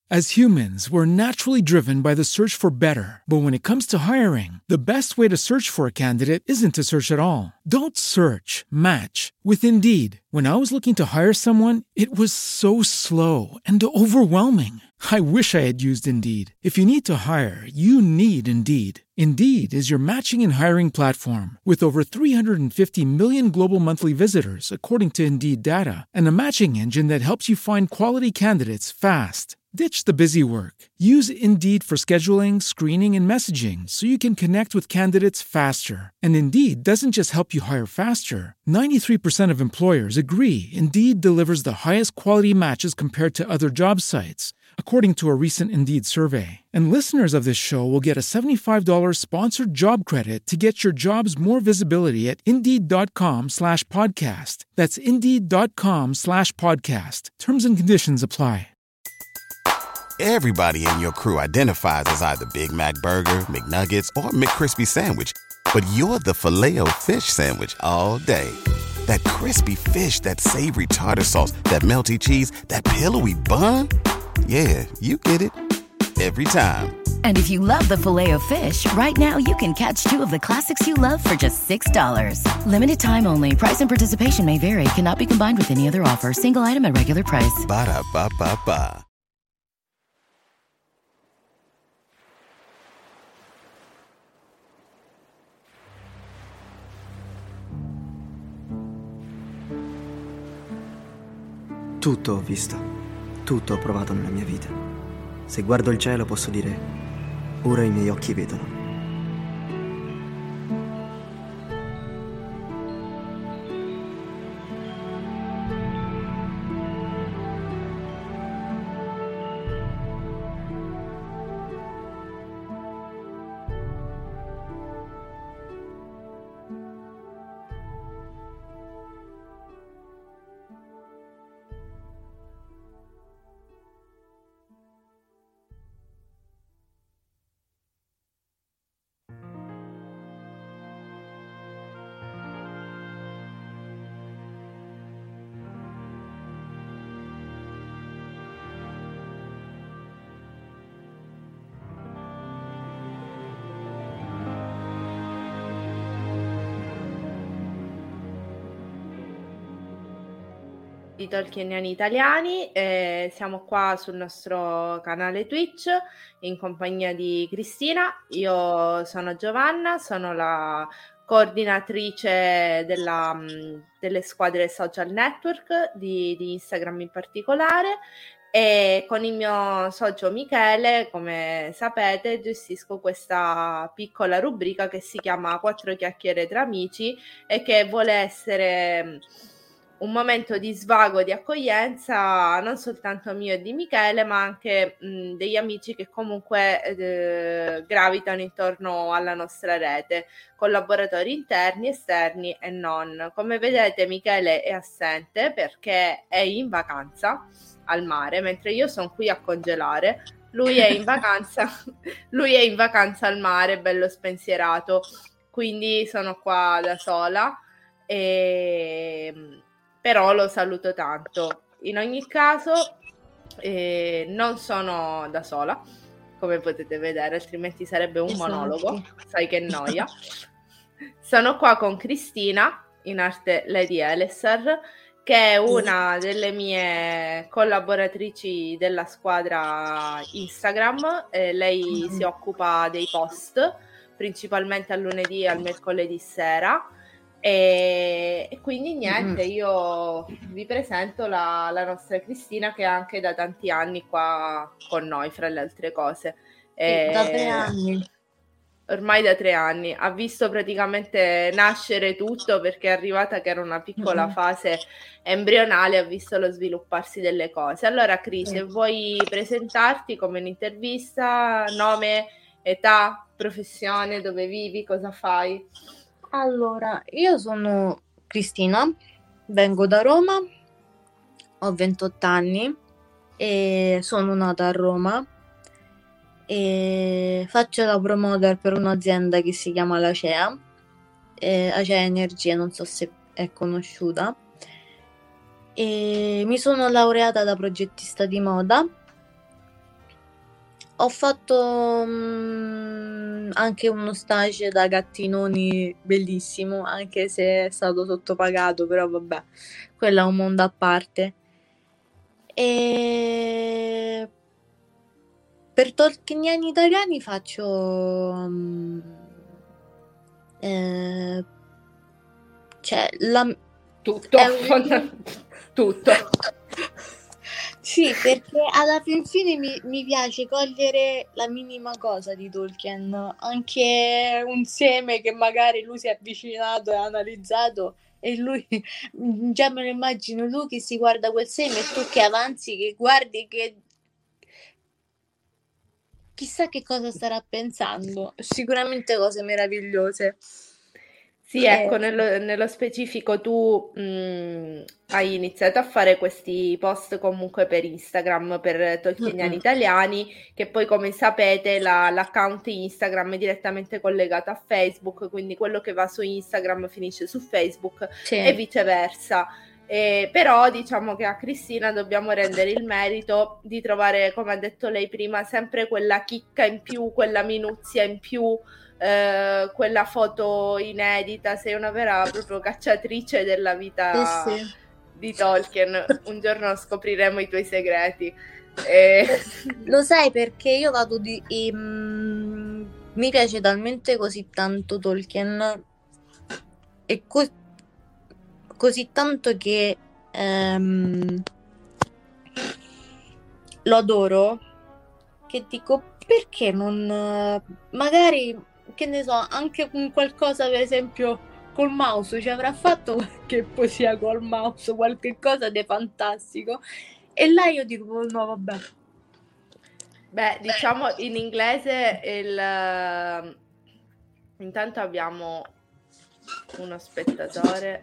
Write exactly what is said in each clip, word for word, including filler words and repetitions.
As humans, we're naturally driven by the search for better. But when it comes to hiring, the best way to search for a candidate isn't to search at all. Don't search, match with Indeed. When I was looking to hire someone, it was so slow and overwhelming. I wish I had used Indeed. If you need to hire, you need Indeed. Indeed is your matching and hiring platform with over three hundred fifty million global monthly visitors, according to Indeed data, and a matching engine that helps you find quality candidates fast. Ditch the busy work. Use Indeed for scheduling, screening, and messaging so you can connect with candidates faster. And Indeed doesn't just help you hire faster. ninety-three percent of employers agree Indeed delivers the highest quality matches compared to other job sites, according to a recent Indeed survey. And listeners of this show will get a seventy-five dollars sponsored job credit to get your jobs more visibility at Indeed.com slash podcast. That's Indeed.com slash podcast. Terms and conditions apply. Everybody in your crew identifies as either Big Mac Burger, McNuggets, or McCrispy Sandwich. But you're the Filet-O-Fish Sandwich all day. That crispy fish, that savory tartar sauce, that melty cheese, that pillowy bun. Yeah, you get it. Every time. And if you love the Filet-O-Fish, right now you can catch two of the classics you love for just six dollars. Limited time only. Price and participation may vary. Cannot be combined with any other offer. Single item at regular price. Ba-da-ba-ba-ba. Tutto ho visto, tutto ho provato nella mia vita. Se guardo il cielo posso dire, ora i miei occhi vedono. Di Tolkieniani Italiani, eh, siamo qua sul nostro canale Twitch in compagnia di Cristina. Io sono Giovanna, sono la coordinatrice della, mh, delle squadre social network di, di Instagram in particolare, e con il mio socio Michele, come sapete, gestisco questa piccola rubrica che si chiama Quattro chiacchiere tra amici e che vuole essere un momento di svago, di accoglienza non soltanto mio e di Michele, ma anche mh, degli amici che comunque eh, gravitano intorno alla nostra rete, collaboratori interni, esterni e non. Come vedete, Michele è assente perché è in vacanza al mare, mentre io sono qui a congelare. Lui è in vacanza lui è in vacanza al mare, bello spensierato, quindi sono qua da sola, e però lo saluto tanto. In ogni caso eh, non sono da sola, come potete vedere, altrimenti sarebbe un esatto. monologo, sai che noia. Sono qua con Cristina, in arte Lady Elessar, che è una delle mie collaboratrici della squadra Instagram. Eh, lei mm-hmm. si occupa dei post, principalmente al lunedì e al mercoledì sera. E, e quindi niente, mm-hmm. io vi presento la, la nostra Cristina, che è anche da tanti anni qua con noi, fra le altre cose. E, da tre anni. Ormai da tre anni. Ha visto praticamente nascere tutto, perché è arrivata che era una piccola mm-hmm. fase embrionale, ha visto lo svilupparsi delle cose. Allora Cris, se vuoi presentarti come un'intervista, nome, età, professione, dove vivi, cosa fai? Allora, io sono Cristina, vengo da Roma, ho ventotto anni e sono nata a Roma e faccio la promoter per un'azienda che si chiama l'Acea, eh, Acea Energia, non so se è conosciuta, e mi sono laureata da progettista di moda Ho fatto mm, anche uno stage da gattinoni bellissimo, anche se è stato sottopagato, però vabbè, quello è un mondo a parte. E per tolkieniani italiani faccio mm, eh, cioè la Tutto, è un- tutto. Sì, perché alla fin fine mi, mi piace cogliere la minima cosa di Tolkien, anche un seme che magari lui si è avvicinato e ha analizzato, e lui, già me lo immagino, lui che si guarda quel seme e tu che avanzi, che guardi, che chissà che cosa starà pensando, sicuramente cose meravigliose. Sì, ecco, nello, nello specifico tu mh, hai iniziato a fare questi post comunque per Instagram, per Tolkieniani Mm-mm. Italiani, che poi come sapete la- l'account Instagram è direttamente collegato a Facebook, quindi quello che va su Instagram finisce su Facebook Sì. e viceversa. Eh, però diciamo che a Cristina dobbiamo rendere il merito di trovare, come ha detto lei prima, sempre quella chicca in più, quella minuzia in più, eh, quella foto inedita. Sei una vera proprio cacciatrice della vita Sì, sì. di Tolkien. Un giorno scopriremo i tuoi segreti. E... Lo sai perché io vado di... ehm, mi piace talmente così tanto Tolkien e co- così tanto che ehm, lo adoro, che dico perché non... eh, magari, che ne so, anche con qualcosa per esempio col mouse, ci avrà fatto qualche poesia col mouse, qualche cosa di fantastico. E là io dico, no vabbè. Beh, diciamo in inglese il... Intanto abbiamo uno spettatore,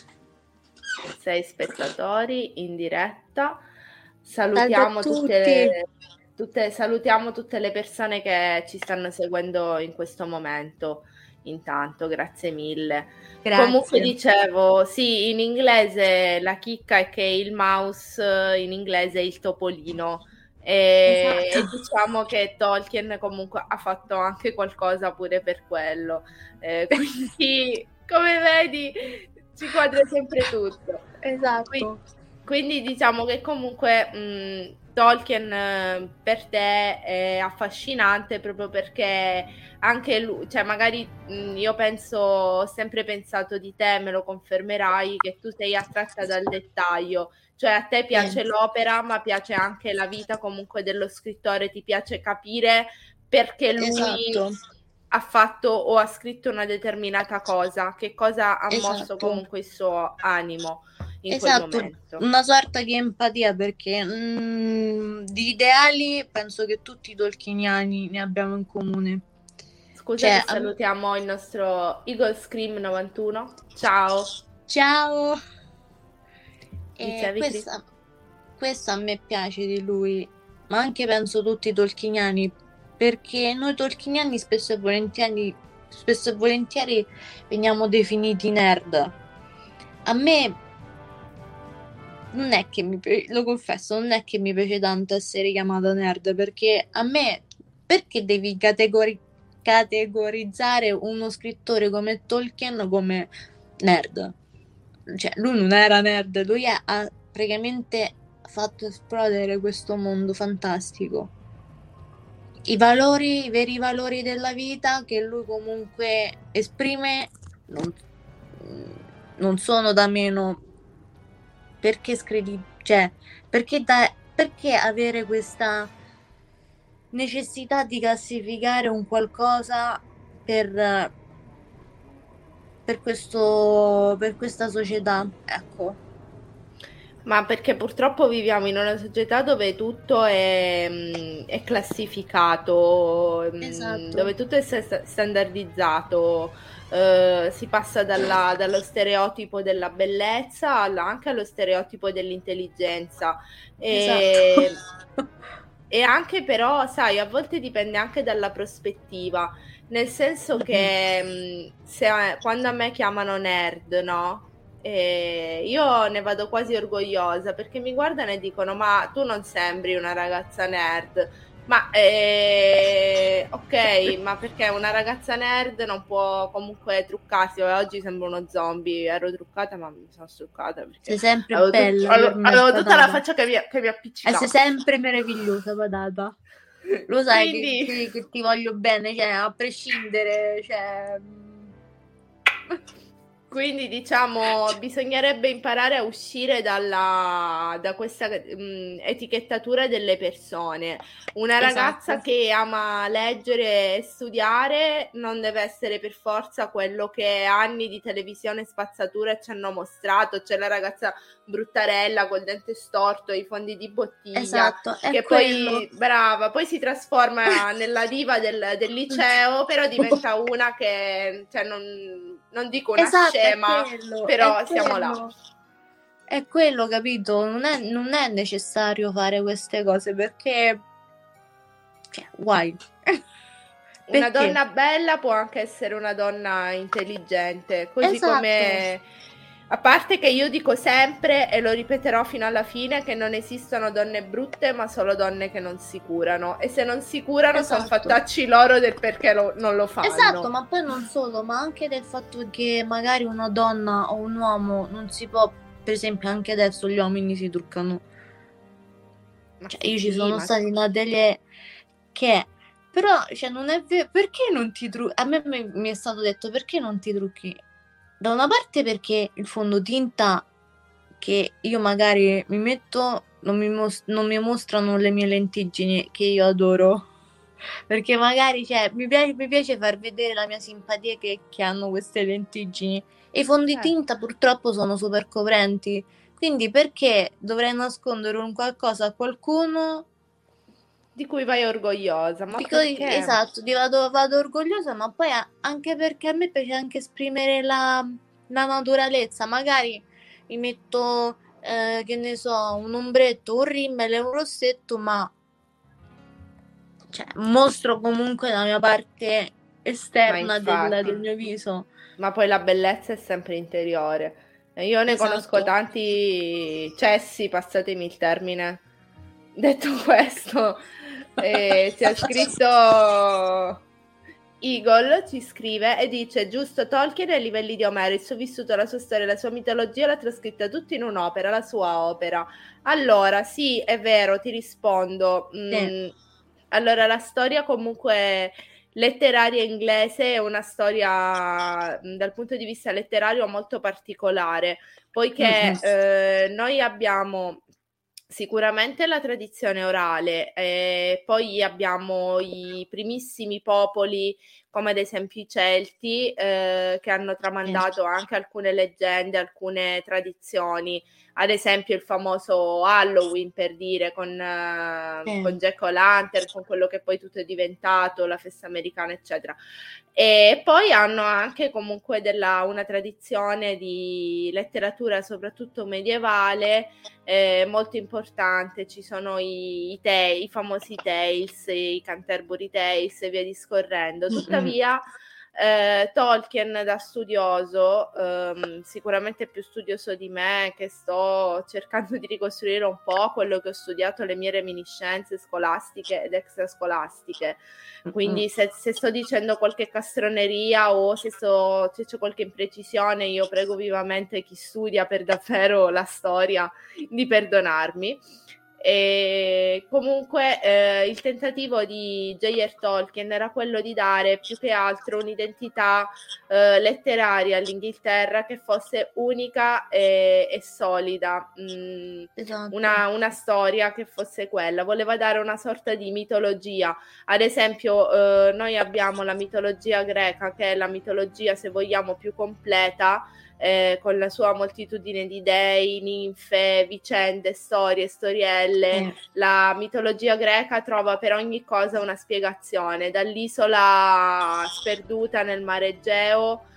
sei spettatori in diretta. Salutiamo Salve a tutte tutti. le, tutte, salutiamo tutte le persone che ci stanno seguendo in questo momento. Intanto, grazie mille. Grazie. Comunque dicevo, sì, in inglese la chicca è che il mouse in inglese è il topolino. E, Esatto. e diciamo che Tolkien comunque ha fatto anche qualcosa pure per quello. Eh, quindi, come vedi, ci quadra sempre tutto. Esatto. Quindi, quindi diciamo che comunque mh, Tolkien eh, per te è affascinante proprio perché anche lui, cioè magari mh, io penso, ho sempre pensato di te, me lo confermerai, che tu sei attratta dal dettaglio, cioè a te piace Sì. l'opera ma piace anche la vita comunque dello scrittore, ti piace capire perché lui Esatto. ha fatto o ha scritto una determinata cosa, che cosa ha mosso Esatto. comunque il suo animo in Esatto, quel momento. una sorta di empatia perché mm, di ideali penso che tutti i tolkieniani ne abbiamo in comune. Scusa Cioè, che salutiamo il nostro Eagle Scream novantuno. Ciao. Ciao. E Dicevi, questa, questo a me piace di lui, ma anche penso tutti i tolkieniani, perché noi tolkieniani spesso e volentieri, spesso e volentieri veniamo definiti nerd. A me non è che mi pi- lo confesso, non è che mi piace tanto essere chiamata nerd, perché a me, perché devi categori- categorizzare uno scrittore come Tolkien come nerd? Cioè, lui non era nerd, lui ha, ha praticamente fatto esplodere questo mondo fantastico. I valori, i veri valori della vita che lui comunque esprime non, non sono da meno. Perché scrivi, cioè, perché, da, perché avere questa necessità di classificare un qualcosa per, per questo, per questa società? Ecco. ma perché purtroppo viviamo in una società dove tutto è, mh, è classificato, mh, Esatto. dove tutto è sta- standardizzato, eh, si passa dalla- dallo stereotipo della bellezza alla- anche allo stereotipo dell'intelligenza. E, Esatto. e anche però, sai, a volte dipende anche dalla prospettiva, nel senso che mh, se, quando a me chiamano nerd, no? E io ne vado quasi orgogliosa perché mi guardano e dicono: ma tu non sembri una ragazza nerd, Ma eh, ok, ma perché una ragazza nerd non può comunque truccarsi? Oggi sembro uno zombie, ero truccata ma mi sono struccata perché sei sempre avevo, bella, tut- avevo, avevo tutta la patata. faccia che mi, che mi E appiccicava. sei sempre meravigliosa, patata. Lo sai Quindi... che, che, che ti voglio bene, cioè, a prescindere, cioè... Quindi diciamo bisognerebbe imparare a uscire dalla, da questa mh, etichettatura delle persone. Una ragazza Esatto. che ama leggere e studiare non deve essere per forza quello che anni di televisione spazzatura ci hanno mostrato. C'è la ragazza bruttarella col dente storto, i fondi di bottiglia, Esatto, è che quello. poi, brava, poi si trasforma nella diva del, del liceo, però diventa una che, cioè non, non dico una Esatto, scema, è quello, però è siamo quello. là. È quello, capito? Non è, non è necessario fare queste cose perché... Cioè, guai. Una Perché? donna bella può anche essere una donna intelligente, così Esatto. come... A parte che io dico sempre, e lo ripeterò fino alla fine, che non esistono donne brutte, ma solo donne che non si curano. E se non si curano Esatto. sono fattacci loro del perché lo, non lo fanno. Esatto, ma poi non solo, ma anche del fatto che magari una donna o un uomo non si può, per esempio anche adesso gli uomini si truccano. Ma Cioè, sì, io ci sì, sono ma stati in atelier che... Però, cioè, non è vero... Perché non ti trucchi? A me mi, mi è stato detto, perché non ti trucchi? Da una parte perché il fondotinta che io magari mi metto non mi, mos- non mi mostrano le mie lentiggini, che io adoro. Perché magari, cioè, mi piace, mi piace far vedere la mia simpatia che, che hanno queste lentiggini. E i fondotinta certo. purtroppo sono super coprenti. Quindi perché dovrei nascondere un qualcosa a qualcuno? Di cui vai orgogliosa, ma Dico, perché? esatto, di vado, vado orgogliosa, ma poi a- anche perché a me piace anche esprimere la, la naturalezza. Magari mi metto, eh, che ne so, un ombretto, un rimmel, un rossetto, ma cioè, mostro comunque la mia parte esterna del, infatti. del mio viso. Ma poi la bellezza è sempre interiore. E io ne Esatto. conosco tanti cessi, passatemi il termine. Detto questo, eh, ci ha scritto Eagle, ci scrive e dice: giusto, Tolkien ai livelli di Omero, il suo vissuto, la sua storia, la sua mitologia l'ha trascritta tutto in un'opera, la sua opera. Allora, sì, è vero, ti rispondo. Mm, Sì. allora, la storia comunque letteraria inglese è una storia mh, dal punto di vista letterario molto particolare, poiché Mm-mm. eh, noi abbiamo sicuramente la tradizione orale, eh, poi abbiamo i primissimi popoli come ad esempio i Celti eh, che hanno tramandato anche alcune leggende, alcune tradizioni, ad esempio il famoso Halloween, per dire, con, eh, Sì. con Jack O'Lantern, con quello che poi tutto è diventato, la festa americana eccetera. E poi hanno anche comunque della, una tradizione di letteratura soprattutto medievale eh, molto importante. Ci sono i, i, te, i famosi Tales, i Canterbury Tales e via discorrendo. Tuttavia eh, Tolkien da studioso, ehm, sicuramente più studioso di me, che sto cercando di ricostruire un po' quello che ho studiato, le mie reminiscenze scolastiche ed extrascolastiche. Quindi se, se sto dicendo qualche castroneria o se, sto, se c'è qualche imprecisione, io prego vivamente chi studia per davvero la storia di perdonarmi. E comunque eh, il tentativo di J R. Tolkien era quello di dare più che altro un'identità eh, letteraria all'Inghilterra che fosse unica e, e solida, mm, Esatto. una, una storia che fosse quella. Voleva dare una sorta di mitologia. Ad esempio eh, noi abbiamo la mitologia greca, che è la mitologia, se vogliamo, più completa, Eh, con la sua moltitudine di dei, ninfe, vicende, storie, storielle. Eh. La mitologia greca trova per ogni cosa una spiegazione, dall'isola sperduta nel mare Egeo,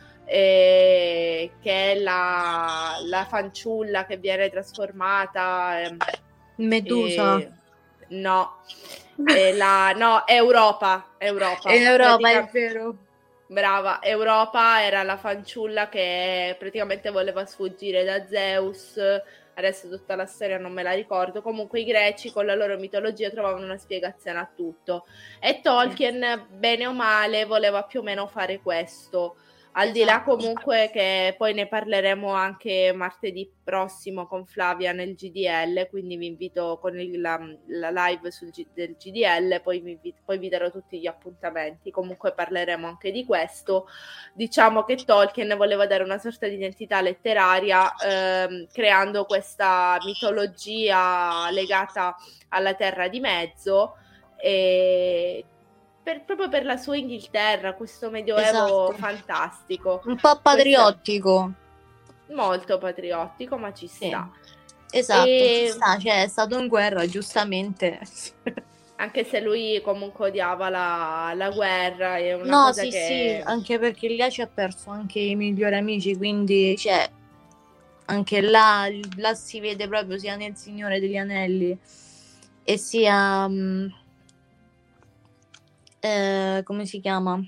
eh, che è la, la fanciulla che viene trasformata eh, Medusa. eh, no, eh, la, no, Europa, Europa, In Europa, Pratica- è vero. Brava, Europa era la fanciulla che praticamente voleva sfuggire da Zeus, adesso tutta la storia non me la ricordo, comunque i greci con la loro mitologia trovavano una spiegazione a tutto, e Tolkien bene o male voleva più o meno fare questo, al di là comunque che poi ne parleremo anche martedì prossimo con Flavia nel G D L, quindi vi invito con il, la, la live sul G, del G D L, poi vi, poi vi darò tutti gli appuntamenti, comunque parleremo anche di questo. Diciamo che Tolkien voleva dare una sorta di identità letteraria ehm, creando questa mitologia legata alla Terra di Mezzo, e Per, proprio per la sua Inghilterra, questo medioevo Esatto. fantastico. Un po' patriottico. Questo, molto patriottico, ma ci sta. Sì. Esatto, e... ci sta, cioè è stato in guerra, giustamente. Anche se lui comunque odiava la, la guerra. È una no, cosa sì, che... sì, anche perché lì ci ha perso anche i migliori amici, quindi cioè, anche là, là si vede proprio sia nel Signore degli Anelli e sia... Um, Eh, come si chiama?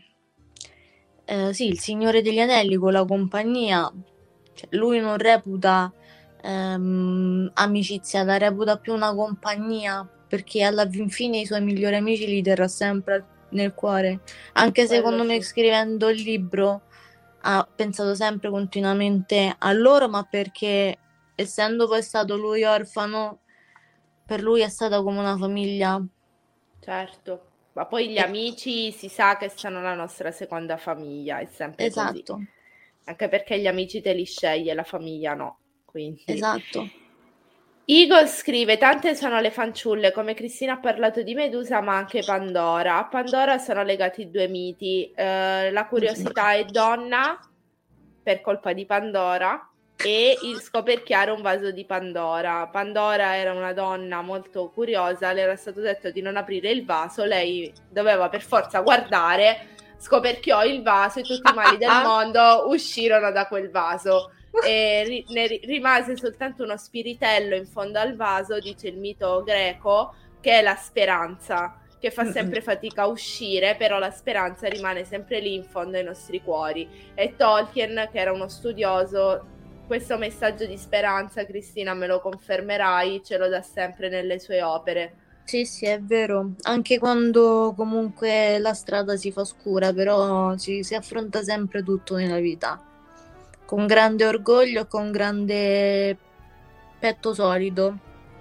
Eh, sì, il Signore degli Anelli con la compagnia, cioè, lui non reputa ehm, amicizia, la reputa più una compagnia, perché alla fin fine i suoi migliori amici li terrà sempre nel cuore, anche Quello secondo me sì. scrivendo il libro ha pensato sempre continuamente a loro, ma perché essendo poi stato lui orfano, per lui è stata come una famiglia. Certo. Ma poi gli amici si sa che sono la nostra seconda famiglia, è sempre Esatto. così. Anche perché gli amici te li sceglie, la famiglia no. Quindi. Esatto. Igor scrive: tante sono le fanciulle, come Cristina ha parlato di Medusa, ma anche Pandora. A Pandora sono legati due miti. Eh, la curiosità è donna, per colpa di Pandora, e il scoperchiare un vaso di Pandora. Pandora era una donna molto curiosa, le era stato detto di non aprire il vaso, lei doveva per forza guardare, scoperchiò il vaso e tutti i mali del mondo uscirono da quel vaso, e ri- ne ri- rimase soltanto uno spiritello in fondo al vaso, dice il mito greco, che è la speranza, che fa sempre fatica a uscire, però la speranza rimane sempre lì in fondo ai nostri cuori. E Tolkien, che era uno studioso, questo messaggio di speranza, Cristina, me lo confermerai, ce lo dà sempre nelle sue opere. Sì, sì, è vero. Anche quando comunque la strada si fa scura, però ci si affronta sempre tutto nella vita. Con grande orgoglio e con grande petto solido.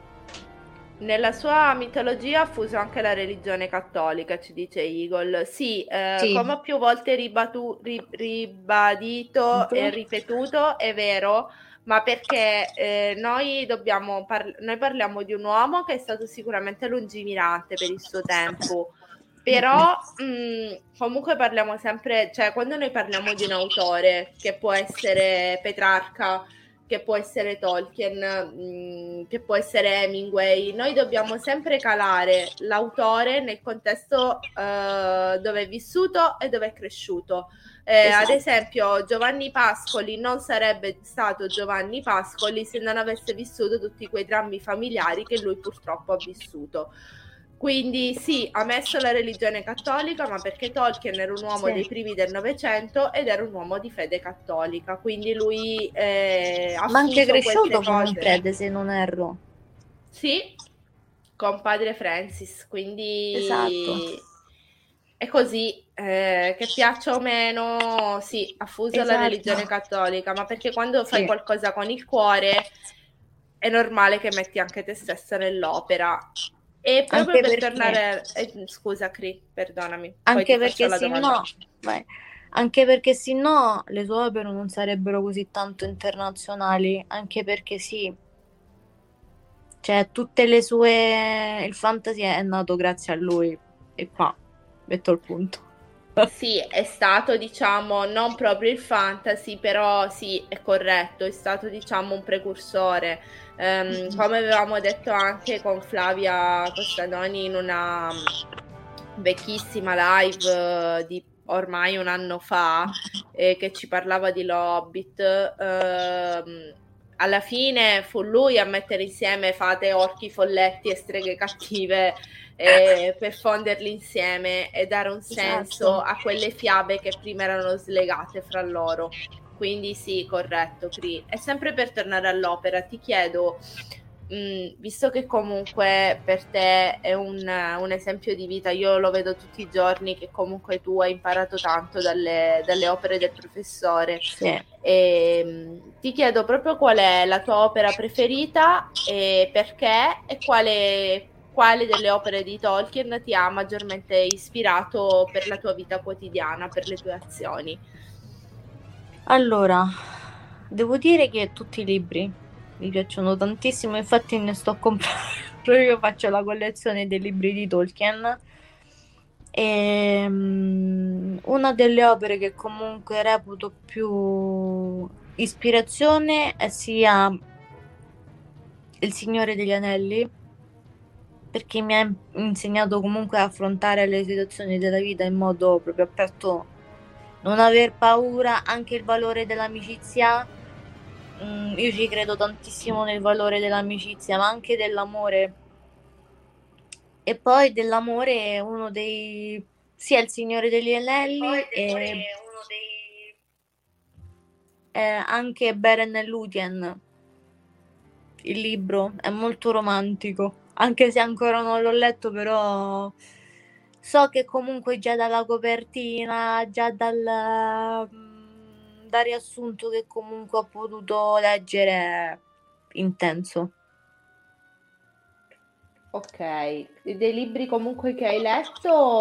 Nella sua mitologia ha fuso anche la religione cattolica, ci dice Eagle. Sì, eh, Sì. come ho più volte ribatu- ri- ribadito e ripetuto, è vero, ma perché eh, noi dobbiamo par- noi parliamo di un uomo che è stato sicuramente lungimirante per il suo tempo, però mh, comunque parliamo sempre, cioè quando noi parliamo di un autore che può essere Petrarca, che può essere Tolkien, mh, che può essere Hemingway, noi dobbiamo sempre calare l'autore nel contesto eh, dove è vissuto e dove è cresciuto. Eh, Esatto. Ad esempio Giovanni Pascoli non sarebbe stato Giovanni Pascoli se non avesse vissuto tutti quei drammi familiari che lui purtroppo ha vissuto. Quindi sì, ha messo la religione cattolica, ma perché Tolkien era un uomo Sì. dei primi del Novecento ed era un uomo di fede cattolica, quindi lui eh, ha Ma anche fuso cresciuto queste con cose. il prete, se non erro. Sì, con padre Francis, quindi Esatto. è così, eh, che piaccia o meno, sì, ha fuso la Esatto. religione cattolica, ma perché quando fai Sì. qualcosa con il cuore è normale che metti anche te stessa nell'opera. E proprio Anche per perché- tornare, eh, scusa Cri, perdonami, poi Anche ti faccio perché la se domanda. no, vai. Anche perché se no le sue opere non sarebbero così tanto internazionali, anche perché sì, cioè tutte le sue, il fantasy è nato grazie a lui, e qua metto il punto. Sì, è stato, diciamo, non proprio il fantasy, però sì, è corretto, è stato, diciamo, un precursore. Ehm, come avevamo detto anche con Flavia Costadoni in una vecchissima live eh, di ormai un anno fa, eh, che ci parlava di L'Hobbit, ehm, alla fine fu lui a mettere insieme fate, orchi, folletti e streghe cattive, eh, per fonderli insieme e dare un senso Esatto. a quelle fiabe che prima erano slegate fra loro. quindi sì, corretto, Cri. E sempre per tornare all'opera, ti chiedo, mh, visto che comunque per te è un, un esempio di vita, io lo vedo tutti i giorni che comunque tu hai imparato tanto dalle, dalle opere del professore. Sì. E, mh, ti chiedo proprio qual è la tua opera preferita e perché, e quale, quale delle opere di Tolkien ti ha maggiormente ispirato per la tua vita quotidiana, per le tue azioni. Allora, devo dire che tutti i libri mi piacciono tantissimo, infatti ne sto comprando, io faccio la collezione dei libri di Tolkien. E, um, una delle opere che comunque reputo più ispirazione è sia Il Signore degli Anelli, perché mi ha insegnato comunque a affrontare le situazioni della vita in modo proprio aperto, non aver paura, anche il valore dell'amicizia. Mm, io ci credo tantissimo nel valore dell'amicizia, ma anche dell'amore. E poi dell'amore è uno dei sia Il Signore degli Anelli e uno dei eh, anche Beren e Lúthien. Il libro è molto romantico, anche se ancora non l'ho letto, però so che comunque già dalla copertina, già dal, dal riassunto che comunque ho potuto leggere è intenso. Ok, dei libri comunque che hai letto,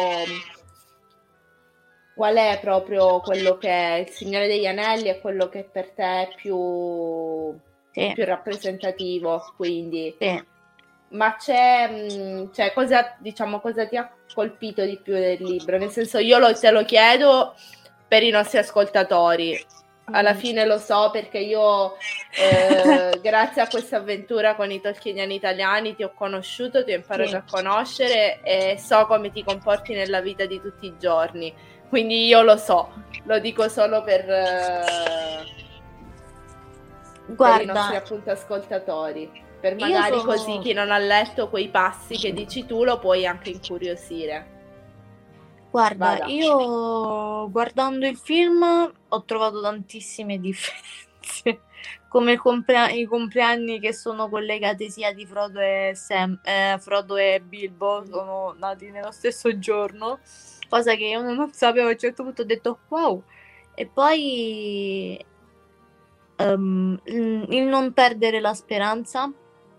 qual è proprio quello che è Il Signore degli Anelli, è quello che per te è più, Sì. più rappresentativo, quindi? Sì. Ma c'è, cioè, cosa, diciamo, cosa ti ha colpito di più del libro? Nel senso, io lo, te lo chiedo per i nostri ascoltatori. Alla fine lo so perché io, eh, grazie a questa avventura con i tolkieniani italiani, ti ho conosciuto, ti ho imparato Sì. a conoscere e so come ti comporti nella vita di tutti i giorni. Quindi io lo so, lo dico solo per, eh, Guarda, per i nostri appunto ascoltatori. Per magari sono... così chi non ha letto quei passi che dici tu lo puoi anche incuriosire. Guarda, Vada. io guardando il film ho trovato tantissime differenze, come il compleanno, i compleanni che sono collegati sia di Frodo e Sam, eh, Frodo e Bilbo, sono nati nello stesso giorno, cosa che io non sapevo. A un certo punto ho detto wow. E poi um, il non perdere la speranza.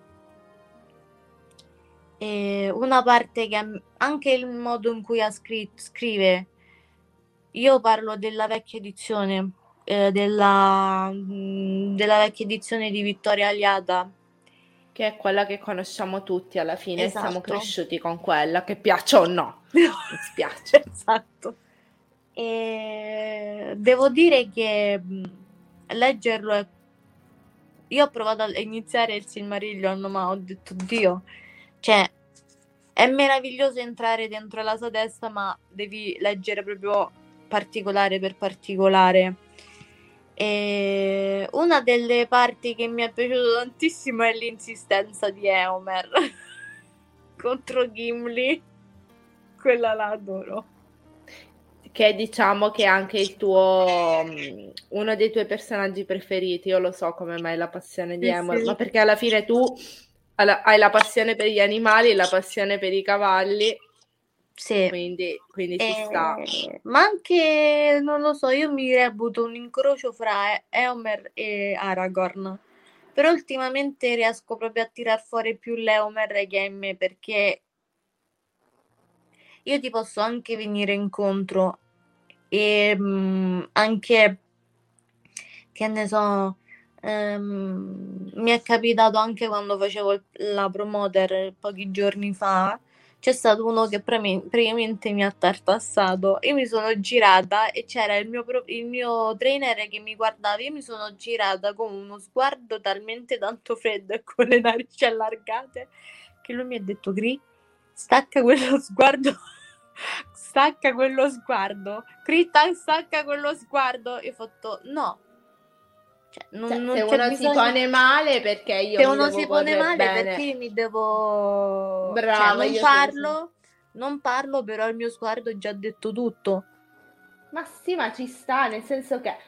E una parte che anche il modo in cui ha scritto, scrive, io parlo della vecchia edizione, eh, della, della vecchia edizione di Vittoria Aliata, che è quella che conosciamo tutti alla fine. Esatto. Siamo cresciuti con quella, che piaccia o no, mi spiace. Esatto. E devo dire che leggerlo è... io ho provato a iniziare il Silmarillion, ma ho detto Dio, cioè è meraviglioso entrare dentro la sua testa, ma devi leggere proprio particolare per particolare. E una delle parti che mi è piaciuto tantissimo è l'insistenza di Éomer contro Gimli, quella la adoro. Che diciamo che è anche il tuo uno dei tuoi personaggi preferiti. Io lo so come mai la passione di Sì, Éomer, sì. ma perché alla fine tu hai la passione per gli animali e la passione per i cavalli. Sì. Quindi, quindi ci e... sta. Ma anche, non lo so, io mi reputo un incrocio fra Éomer e Aragorn. Però ultimamente riesco proprio a tirar fuori più l'Éomer che in me, perché io ti posso anche venire incontro e mh, anche, che ne so, ehm, mi è capitato anche quando facevo la promoter pochi giorni fa, c'è stato uno che pre- praticamente mi ha tartassato, io mi sono girata e c'era il mio, pro- il mio trainer che mi guardava, io mi sono girata con uno sguardo talmente tanto freddo e con le narici allargate che lui mi ha detto Gri, stacca quello sguardo stacca quello sguardo Critta, stacca quello sguardo. Io ho fatto no, cioè, non, cioè, non se c'è uno bisogno... si pone male perché io se mi uno devo si pone male bene. perché io mi devo brava, cioè, non io parlo sono... non parlo, però il mio sguardo ha già detto tutto. Ma sì, ma ci sta, nel senso che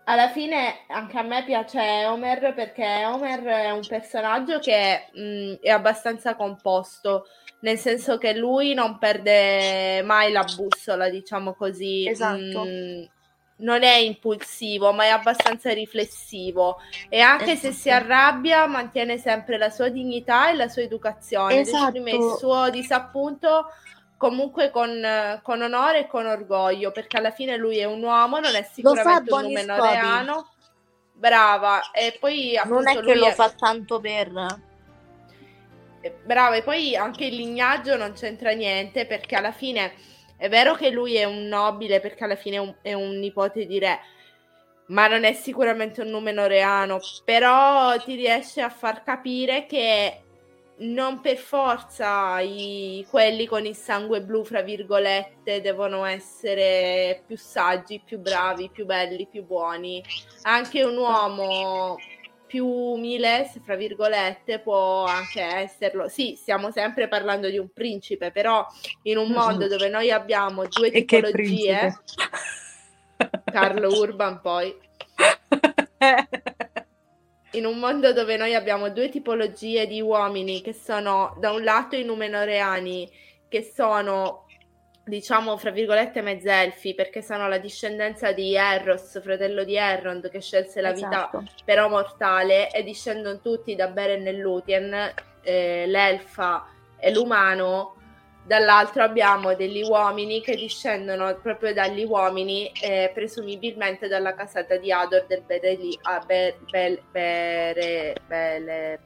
alla fine anche a me piace Homer perché Homer è un personaggio che mh, è abbastanza composto, nel senso che lui non perde mai la bussola, diciamo così. Esatto. Mh, non è impulsivo, ma è abbastanza riflessivo e anche Esatto. se si arrabbia mantiene sempre la sua dignità e la sua educazione, ed Esatto. esprime il suo disappunto comunque con, con onore e con orgoglio, perché alla fine lui è un uomo, non è sicuramente un Bonnie numenoreano. Brava, e poi appunto non è che lui lo è... fa tanto per... Brava, e poi anche il lignaggio non c'entra niente, perché alla fine è vero che lui è un nobile, perché alla fine è un, è un nipote di re, ma non è sicuramente un numenoreano, però ti riesce a far capire che non per forza i, quelli con il sangue blu, fra virgolette, devono essere più saggi, più bravi, più belli, più buoni. Anche un uomo più umile, fra virgolette, può anche esserlo. Sì, stiamo sempre parlando di un principe, però in un mondo dove noi abbiamo due E che tipologie, Carlo Urban poi, in un mondo dove noi abbiamo due tipologie di uomini che sono da un lato i numenoreani, che sono diciamo fra virgolette mezzelfi, perché sono la discendenza di Erros, fratello di Elrond, che scelse la Esatto. vita però mortale, e discendono tutti da Beren e Lúthien, eh, l'elfa e l'umano. Dall'altro abbiamo degli uomini che discendono proprio dagli uomini, eh, presumibilmente dalla casata di Ador del Bereli, ah, Be, Be, Bere, Bele,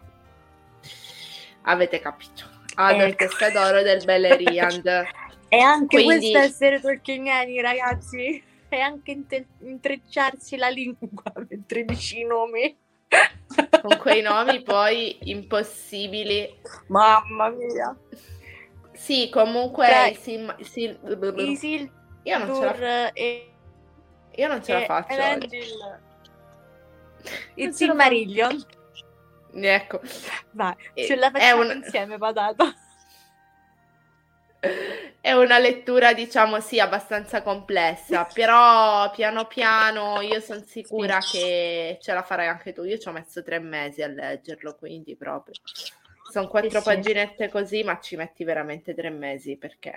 avete capito, Ador Ecco. Pescadoro del Beleriand. E anche Quindi... questo essere tolkieniani, ragazzi, è anche inte- intrecciarsi la lingua mentre dici i nomi. Con quei nomi poi impossibili. Mamma mia. Sì, comunque Tra il sim, sil, Isildur io non ce la, e, io non ce la e faccio. Elendil. Il Non ce la Silmarillion. Ecco, Vai, Eh, ce la è facciamo un- insieme, patata. È una lettura, diciamo, sì, abbastanza complessa, però piano piano io sono sicura che ce la farai anche tu. Io ci ho messo tre mesi a leggerlo, quindi proprio. Sono quattro sì. paginette così, ma ci metti veramente tre mesi, perché...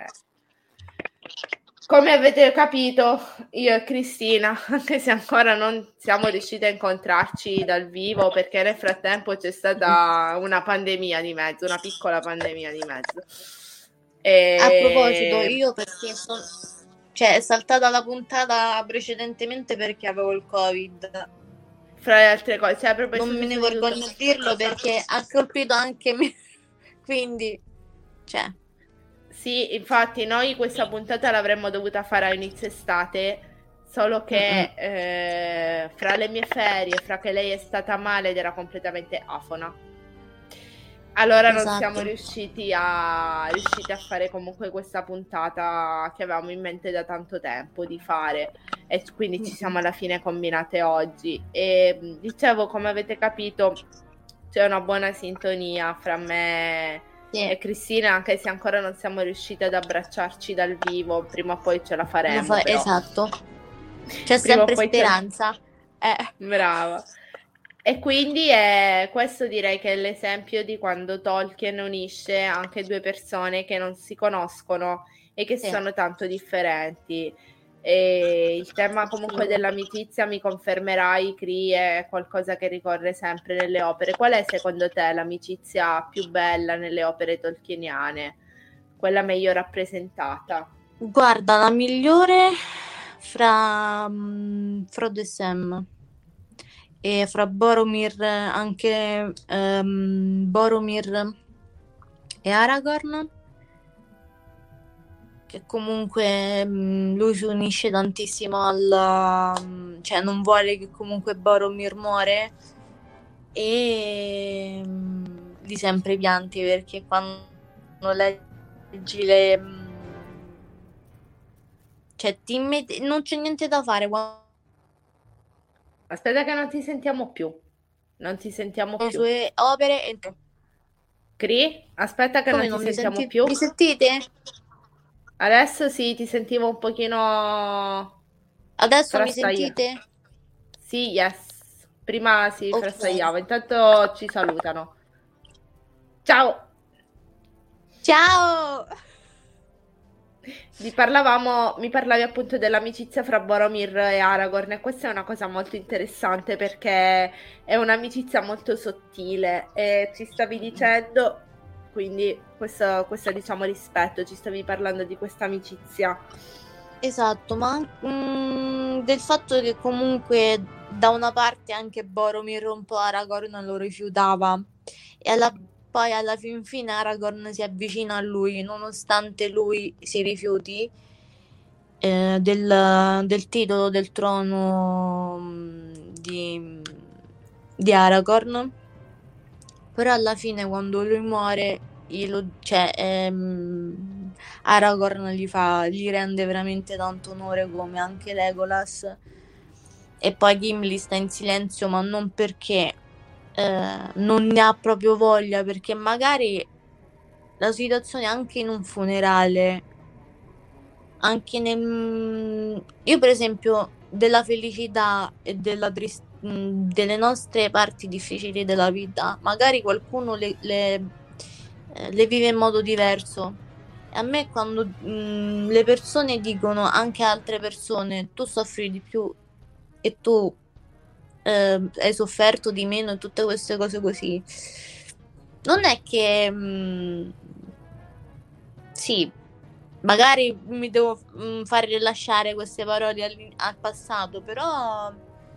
Come avete capito, io e Cristina, anche se ancora non siamo riusciti a incontrarci dal vivo, perché nel frattempo c'è stata una pandemia di mezzo, una piccola pandemia di mezzo. E... A proposito, io perché sono... Cioè, è saltata la puntata precedentemente perché avevo il Covid. Fra le altre cose, cioè, proprio Non me ne tutto- vergogno di dirlo perché ha colpito anche me. Quindi, cioè... Sì, infatti noi questa puntata l'avremmo dovuta fare a inizio estate, solo che eh, fra le mie ferie, fra che lei è stata male ed era completamente afona, allora non Esatto. siamo riusciti a, riusciti a fare comunque questa puntata che avevamo in mente da tanto tempo di fare, e quindi ci siamo alla fine combinate oggi. E mh, dicevo, come avete capito, c'è una buona sintonia fra me Sì. e Cristina, anche se ancora non siamo riuscite ad abbracciarci dal vivo. Prima o poi ce la Lo faremo, fa- però. Esatto. C'è Prima o sempre poi ce- speranza. Eh. Brava. E quindi è questo, direi che è l'esempio di quando Tolkien unisce anche due persone che non si conoscono e che Sì. sono tanto differenti. E il tema comunque dell'amicizia, mi confermerai, Cri, è qualcosa che ricorre sempre nelle opere. Qual è secondo te l'amicizia più bella nelle opere tolkieniane? Quella meglio rappresentata? Guarda, la migliore fra mm, Frodo e Sam e fra Boromir, anche ehm, Boromir e Aragorn, che comunque mm, lui si unisce tantissimo al mm, cioè non vuole che comunque Boromir muore, e mm, di sempre pianti perché quando leggi le mm, cioè ti metti- non c'è niente da fare quando Aspetta che non ti sentiamo più. Non ti sentiamo le più. sue opere e... Cri? Aspetta che Come non ti non mi sentiamo senti- più. mi sentite? Adesso sì, ti sentivo un pochino... Adesso Però mi stai- sentite? Sì, yes. Prima si Ok. frastagliava, intanto ci salutano. Ciao! Ciao! Vi parlavamo, mi parlavi appunto dell'amicizia fra Boromir e Aragorn e questa è una cosa molto interessante perché è un'amicizia molto sottile e ci stavi dicendo, quindi questo, questo diciamo rispetto, ci stavi parlando di questa amicizia. Esatto, ma mm, del fatto che comunque da una parte anche Boromir un po' Aragorn lo rifiutava e alla- poi alla fin fine Aragorn si avvicina a lui nonostante lui si rifiuti eh, del, del titolo del trono mm, di, di Aragorn, però alla fine quando lui muore glielo- cioè, ehm, Aragorn gli fa, gli rende veramente tanto onore come anche Legolas, e poi Gimli sta in silenzio ma non perché eh, non ne ha proprio voglia, perché magari la situazione anche in un funerale, anche nel... Io per esempio della felicità e della tris- mh, delle nostre parti difficili della vita, magari qualcuno le, le, eh, le vive in modo diverso. E a me quando mh, le persone dicono anche a altre persone tu soffri di più e tu eh, hai sofferto di meno e tutte queste cose così, non è che mh, sì, magari mi devo mm, far rilasciare queste parole al, al passato, però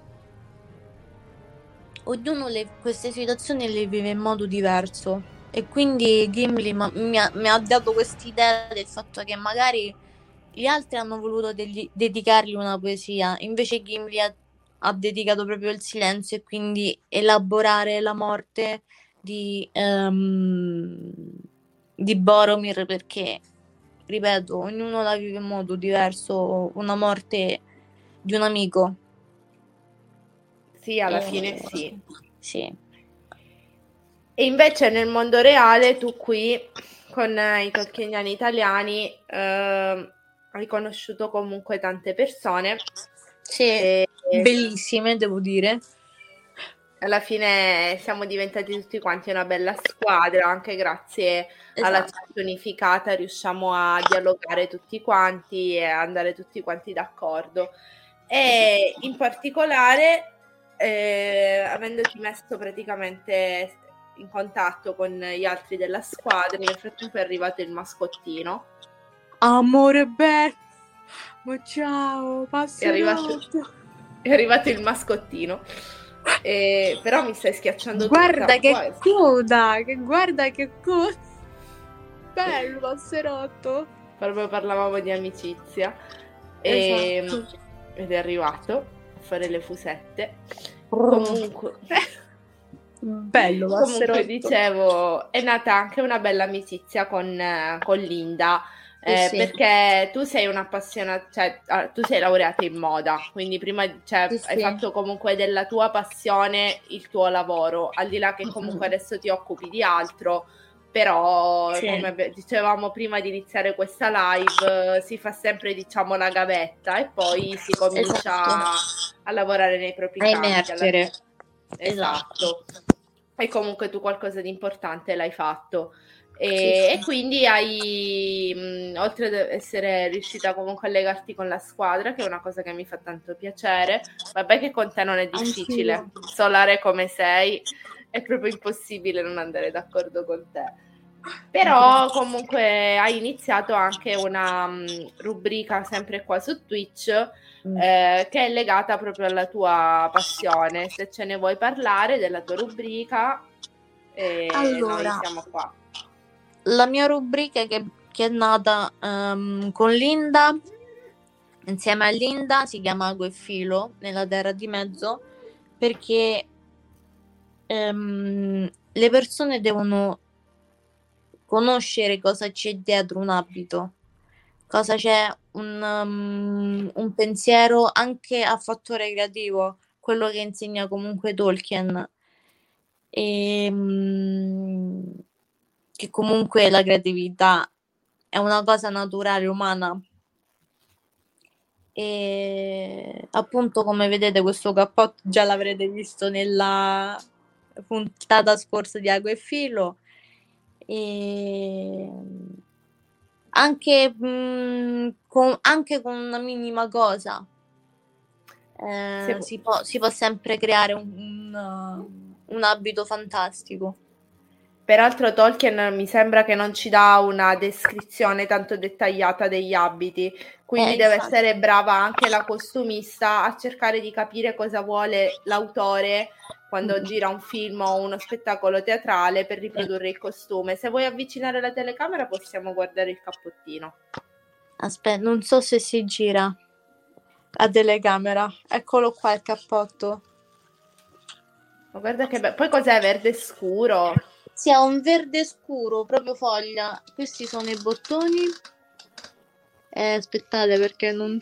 ognuno le- queste situazioni le vive in modo diverso. E quindi Gimli ma- mi ha, mi ha dato quest'idea del fatto che magari gli altri hanno voluto degli- dedicargli una poesia, invece Gimli ha, ha dedicato proprio il silenzio e quindi elaborare la morte di, ehm, di Boromir, perché, ripeto, ognuno la vive in modo diverso, una morte di un amico. Sì, alla E- fine sì. Sì. E invece nel mondo reale tu qui con eh, i tolkieniani italiani eh, hai conosciuto comunque tante persone Sì, e e bellissime, devo dire. alla fine siamo diventati tutti quanti una bella squadra, anche grazie alla Esatto. chat unificata riusciamo a dialogare tutti quanti e andare tutti quanti d'accordo. E in particolare, eh, avendoci messo praticamente in contatto con gli altri della squadra, nel frattempo è arrivato il mascottino. Amore bello, ma ciao, È arrivato, passerotto. è arrivato il mascottino. Eh, però mi stai schiacciando Guarda tutta. che Poi- coda, che guarda che coda. Bello, passerotto. proprio parlavamo di amicizia e, Esatto. ed è arrivato a fare le fusette. Comunque, Bello, comunque passerotto. dicevo, è nata anche una bella amicizia con, eh, con Linda. Sì, eh, sì. Perché tu sei un'appassionata, cioè ah, tu sei laureata in moda, quindi prima cioè, Sì, hai sì. fatto comunque della tua passione il tuo lavoro, al di là che comunque adesso ti occupi di altro, però Sì. come abbi- dicevamo prima di iniziare questa live, eh, si fa sempre diciamo la gavetta e poi si comincia Esatto. a, a lavorare nei propri A campi. alla- emergere. Esatto. E comunque tu qualcosa di importante l'hai fatto. E, Sì, sì. e quindi hai, mh, oltre ad essere riuscita comunque a legarti con la squadra, che è una cosa che mi fa tanto piacere, vabbè che con te non è difficile, Anch'io. solare come sei, è proprio impossibile non andare d'accordo con te. Però comunque hai iniziato anche una mh, rubrica sempre qua su Twitch eh, che è legata proprio alla tua passione. Se ce ne vuoi parlare della tua rubrica, eh, Allora, noi siamo qua. la mia rubrica che, che è nata ehm, con Linda, insieme a Linda, si chiama Ago e Filo nella Terra di Mezzo, perché ehm, le persone devono conoscere cosa c'è dietro un abito, cosa c'è un, um, un pensiero anche a fattore creativo, quello che insegna comunque Tolkien. E, mm, che comunque la creatività è una cosa naturale, umana. E appunto, come vedete, questo cappotto già l'avrete visto nella puntata scorsa di Ago e Filo. E anche, mh, con, anche con una minima cosa eh, Sì. si, può, si può sempre creare un, un, un abito fantastico. Peraltro Tolkien mi sembra che non ci dà una descrizione tanto dettagliata degli abiti, quindi Eh, deve infatti. essere brava anche la costumista a cercare di capire cosa vuole l'autore quando Mm. gira un film o uno spettacolo teatrale per riprodurre il costume. Se vuoi avvicinare la telecamera possiamo guardare il cappottino. Aspetta, non so se si gira a telecamera. Eccolo qua il cappotto. Ma guarda che bello. Poi cos'è? Verde scuro? Sì, ha un verde scuro, proprio foglia. Questi sono i bottoni. Eh, aspettate perché non...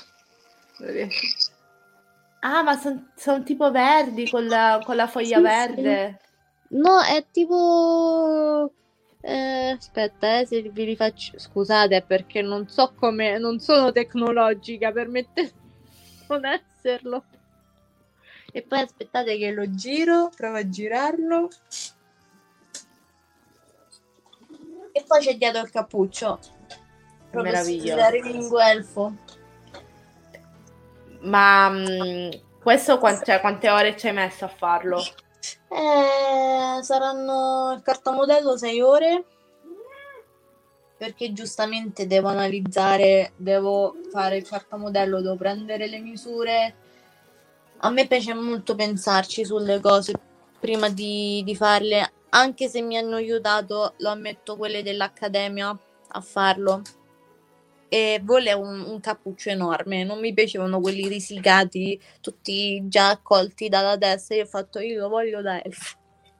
Ah, ma sono son tipo verdi con la, con la foglia Sì, verde. sì. No, è tipo... Eh, aspetta, eh, se vi rifaccio... Scusate, perché non so come... Non sono tecnologica, permettete di non esserlo. E poi aspettate che lo giro, provo a girarlo. E poi c'è dietro il cappuccio. Proprio Meraviglioso. ringo elfo. Ma mh, questo quant- cioè, quante ore ci hai messo a farlo? Eh, saranno il cartamodello sei ore. Perché giustamente devo analizzare, devo fare il cartamodello, devo prendere le misure. A me piace molto pensarci sulle cose prima di, di farle, anche se mi hanno aiutato, lo ammetto, quelle dell'accademia a farlo. E volevo un, un cappuccio enorme, non mi piacevano quelli risicati, tutti già accolti dalla testa. Io ho fatto, io lo voglio da elfo.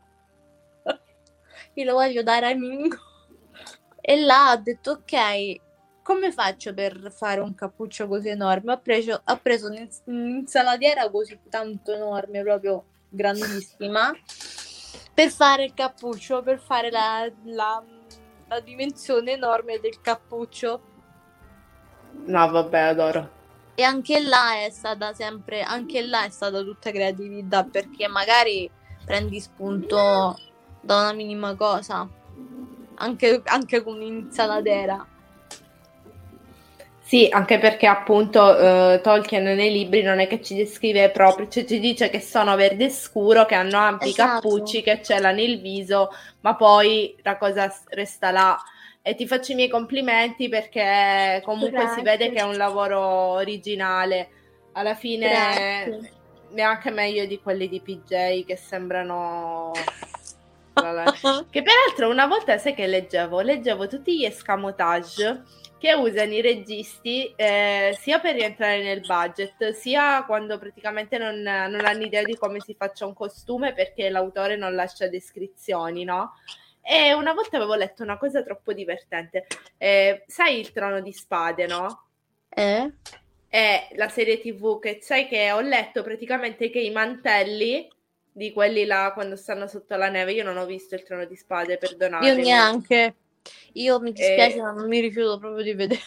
Io lo voglio da Ramingo. E là ho detto, ok, come faccio per fare un cappuccio così enorme? Ho preso, ho preso un'insalatiera così tanto enorme, proprio grandissima, per fare il cappuccio, per fare la, la, la dimensione enorme del cappuccio. No, vabbè, adoro. E anche là è stata sempre, anche là è stata tutta creatività, perché magari prendi spunto da una minima cosa, anche, anche con un'insalatera. Sì, anche perché appunto eh, Tolkien nei libri non è che ci descrive proprio, cioè ci dice che sono verde scuro, che hanno ampi Esatto. cappucci, che celano il viso, ma poi la cosa s- resta là. E ti faccio i miei complimenti perché comunque si vede Grazie. che è un lavoro originale. Alla fine Grazie. neanche meglio di quelli di P J che sembrano... Che peraltro una volta sai che leggevo? Leggevo tutti gli escamotage che usano i registi eh, sia per rientrare nel budget, sia quando praticamente non, non hanno idea di come si faccia un costume perché l'autore non lascia descrizioni, no? E una volta avevo letto una cosa troppo divertente. Eh, sai il Trono di Spade, no? Eh? È la serie tivù che sai che ho letto praticamente che i mantelli di quelli là quando stanno sotto la neve, io non ho visto il Trono di Spade, perdonatemi. Io neanche. Io mi dispiace, Eh, ma non mi rifiuto proprio di vederlo.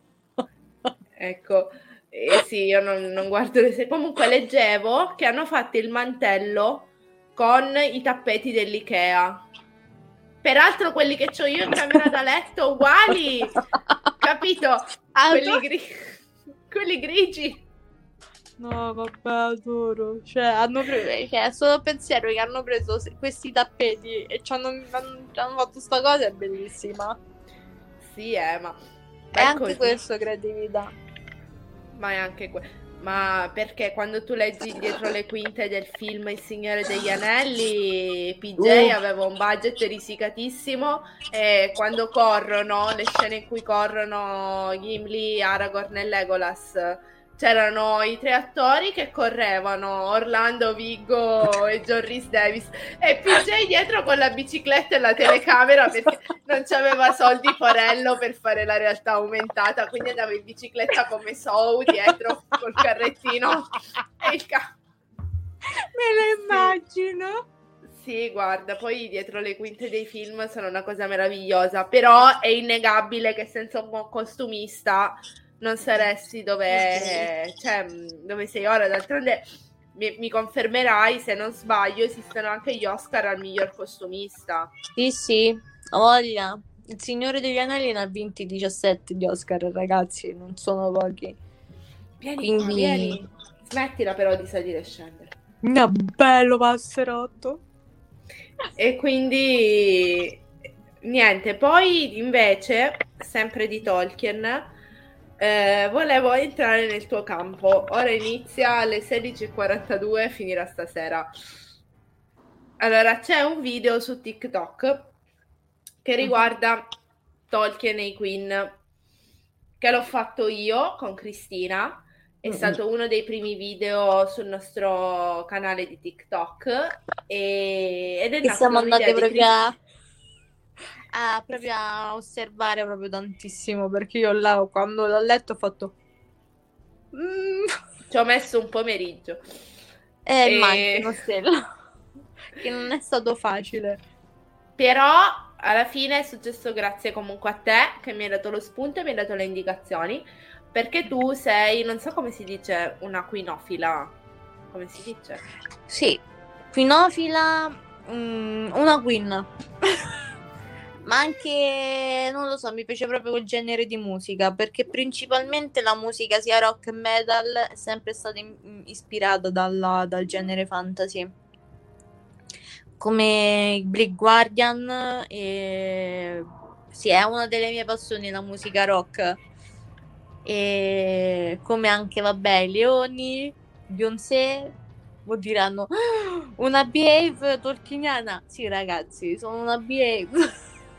Ecco, eh, sì, io non, non guardo le serie. Comunque leggevo che hanno fatto il mantello con i tappeti dell'Ikea. Peraltro quelli che ho io in camera da letto uguali, capito? Ah, Quelli, tu- gri- quelli grigi. No, vabbè, adoro. Cioè, hanno preso, cioè, solo pensiero che hanno preso se- questi tappeti e ci hanno, hanno- ci hanno fatto sta cosa, è bellissima. Sì, eh, ma... È ma anche così. questo creatività. Ma è anche que- ma perché quando tu leggi dietro le quinte del film Il Signore degli Anelli, P J Uh. aveva un budget risicatissimo e quando corrono, le scene in cui corrono Gimli, Aragorn e Legolas, c'erano i tre attori che correvano, Orlando, Viggo e John Rhys Davis, e P J dietro con la bicicletta e la telecamera perché non c'aveva soldi Porello per fare la realtà aumentata, quindi andava in bicicletta come Saw dietro col carrettino e il ca- Me lo immagino. Sì, guarda, poi dietro le quinte dei film sono una cosa meravigliosa, però è innegabile che senza un buon costumista non saresti dove, cioè, dove sei ora. D'altronde mi, mi confermerai, se non sbaglio, esistono anche gli Oscar al miglior costumista. Sì, sì, ho voglia. Il Signore degli Anelli ne ha vinti diciassette di Oscar, ragazzi, non sono pochi. Vieni Quindi... qua, vieni. Smettila però di salire e scendere. No, bello passerotto. E quindi niente, poi invece, sempre di Tolkien, eh, volevo entrare nel tuo campo. Ora inizia alle sedici e quarantadue, finirà stasera. Allora, c'è un video su TikTok che riguarda Tolkien e i Queen, che l'ho fatto io con Cristina. È mm-hmm. stato uno dei primi video sul nostro canale di TikTok e, ed è che siamo andate proprio Crist- a, a, proprio a osservare proprio tantissimo, perché io là quando l'ho letto ho fatto mm. ci ho messo un pomeriggio eh, e immagino stella che non è stato facile, però alla fine è successo grazie comunque a te che mi hai dato lo spunto e mi hai dato le indicazioni, perché tu sei, non so come si dice, una quinofila, come si dice? Sì, quinofila, mm, una queen, ma anche, non lo so, mi piace proprio quel genere di musica, perché principalmente la musica sia rock e metal è sempre stata in- ispirata dalla, dal genere fantasy, come i Black Guardian, e sì, è una delle mie passioni la musica rock, e come anche vabbè i Leoni, Beyoncé, mo diranno una behave tolkieniana. Sì ragazzi, sono una behave.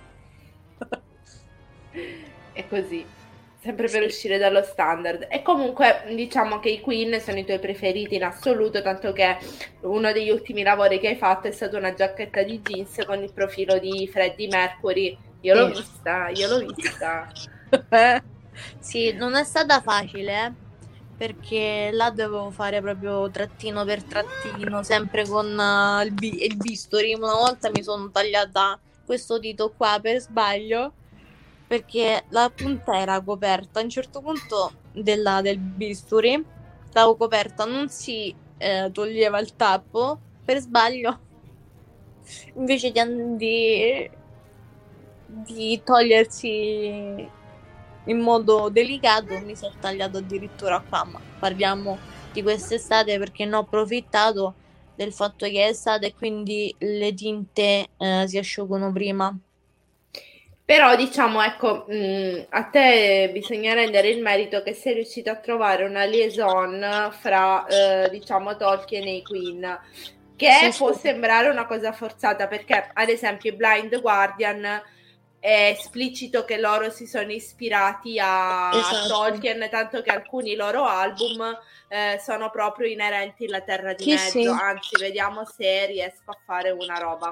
È così, sempre per sì. uscire dallo standard. E comunque diciamo che i Queen sono i tuoi preferiti in assoluto, tanto che uno degli ultimi lavori che hai fatto è stata una giacchetta di jeans con il profilo di Freddie Mercury. Io l'ho sì. vista, io l'ho vista. Sì, non è stata facile, eh? Perché là dovevo fare proprio trattino per trattino, sempre con uh, il, bi- il bisturi. Una volta mi sono tagliata questo dito qua per sbaglio, perché la punta era coperta. A un certo punto della, del bisturi, l'avevo coperta, non si eh, toglieva il tappo, per sbaglio, invece di, di, di togliersi in modo delicato, mi si è tagliato addirittura qua. Ma parliamo di quest'estate, perché ne ho approfittato del fatto che è estate e quindi le tinte eh, si asciugano prima. Però diciamo, ecco, mh, a te bisogna rendere il merito che sei riuscita a trovare una liaison fra eh, diciamo Tolkien e i Queen, che sì, può sì. sembrare una cosa forzata, perché ad esempio Blind Guardian è esplicito che loro si sono ispirati a, esatto. a Tolkien, tanto che alcuni loro album eh, sono proprio inerenti alla Terra di sì, Mezzo, sì. Anzi, vediamo se riesco a fare una roba.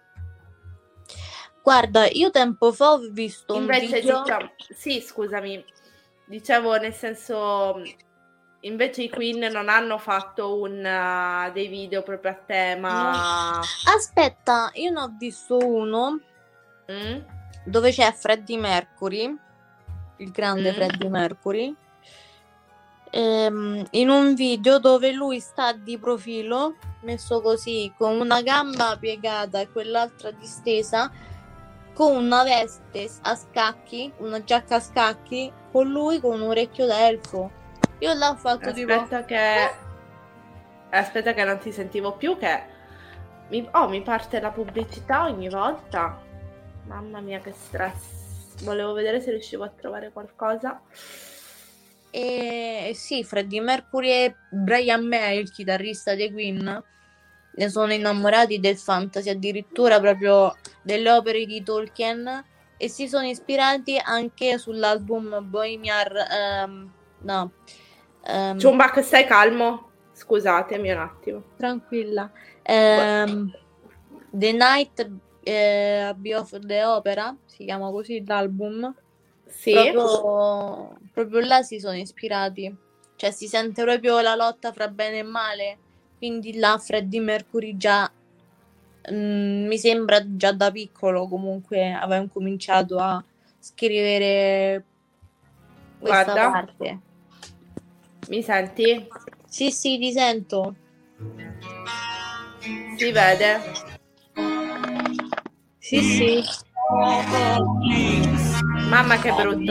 Guarda, io tempo fa ho visto invece, un video... diciamo, sì, scusami, dicevo nel senso, invece i Queen non hanno fatto un, uh, dei video proprio a tema... No. Aspetta, io ne ho visto uno... Mm? dove c'è Freddie Mercury, il grande mm. Freddie Mercury, ehm, in un video dove lui sta di profilo, messo così, con una gamba piegata e quell'altra distesa, con una veste a scacchi, una giacca a scacchi, con lui con un orecchio da elfo. Io l'ho fatto tipo... Aspetta che... Aspetta che non ti sentivo più, che... Mi... Oh, mi parte la pubblicità ogni volta. Mamma mia, che stress. Volevo vedere se riuscivo a trovare qualcosa. E sì, Freddie Mercury e Brian May, il chitarrista dei Queen, ne sono innamorati del fantasy, addirittura proprio delle opere di Tolkien, e si sono ispirati anche sull'album Bohemian um, no um, Ciumbac, stai calmo? Scusatemi un attimo. Tranquilla. um, The Night eh, Beyond the Opera, si chiama così l'album. Sì. Proprio, proprio là si sono ispirati, cioè si sente proprio la lotta fra bene e male, quindi là Freddie Mercury già mh, mi sembra già da piccolo comunque aveva cominciato a scrivere questa Guarda. parte. Mi senti? Sì, sì, ti sento. Si vede? Sì, sì. Mamma che brutto.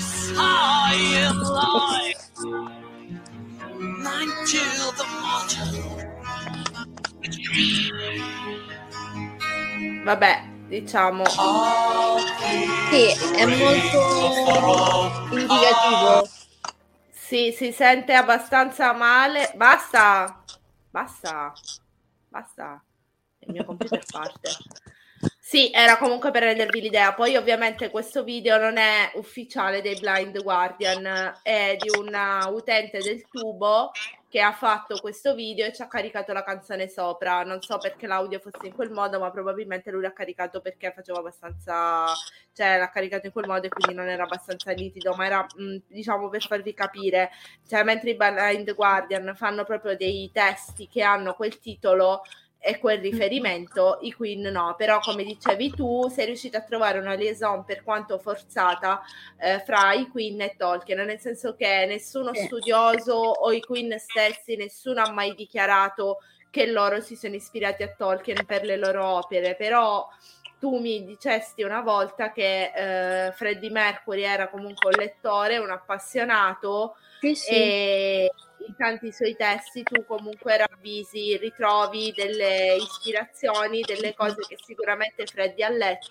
Vabbè, diciamo. Sì, è molto indicativo. Sì, si sente abbastanza male. Basta, basta, basta. Il mio computer parte. Sì, era comunque per rendervi l'idea. Poi ovviamente questo video non è ufficiale dei Blind Guardian, è di una utente del tubo che ha fatto questo video e ci ha caricato la canzone sopra. Non so perché l'audio fosse in quel modo, ma probabilmente lui l'ha caricato perché faceva abbastanza, cioè l'ha caricato in quel modo e quindi non era abbastanza nitido, ma era mh, diciamo per farvi capire, cioè mentre i Blind Guardian fanno proprio dei testi che hanno quel titolo e quel riferimento, i Queen no, però come dicevi tu sei riuscita a trovare una liaison per quanto forzata eh, fra i Queen e Tolkien, nel senso che nessuno Sì. studioso o i Queen stessi, nessuno ha mai dichiarato che loro si sono ispirati a Tolkien per le loro opere, però tu mi dicesti una volta che eh, Freddie Mercury era comunque un lettore, un appassionato, Sì, sì. e in tanti suoi testi tu comunque ravvisi, ritrovi delle ispirazioni, delle cose che sicuramente Freddie ha letto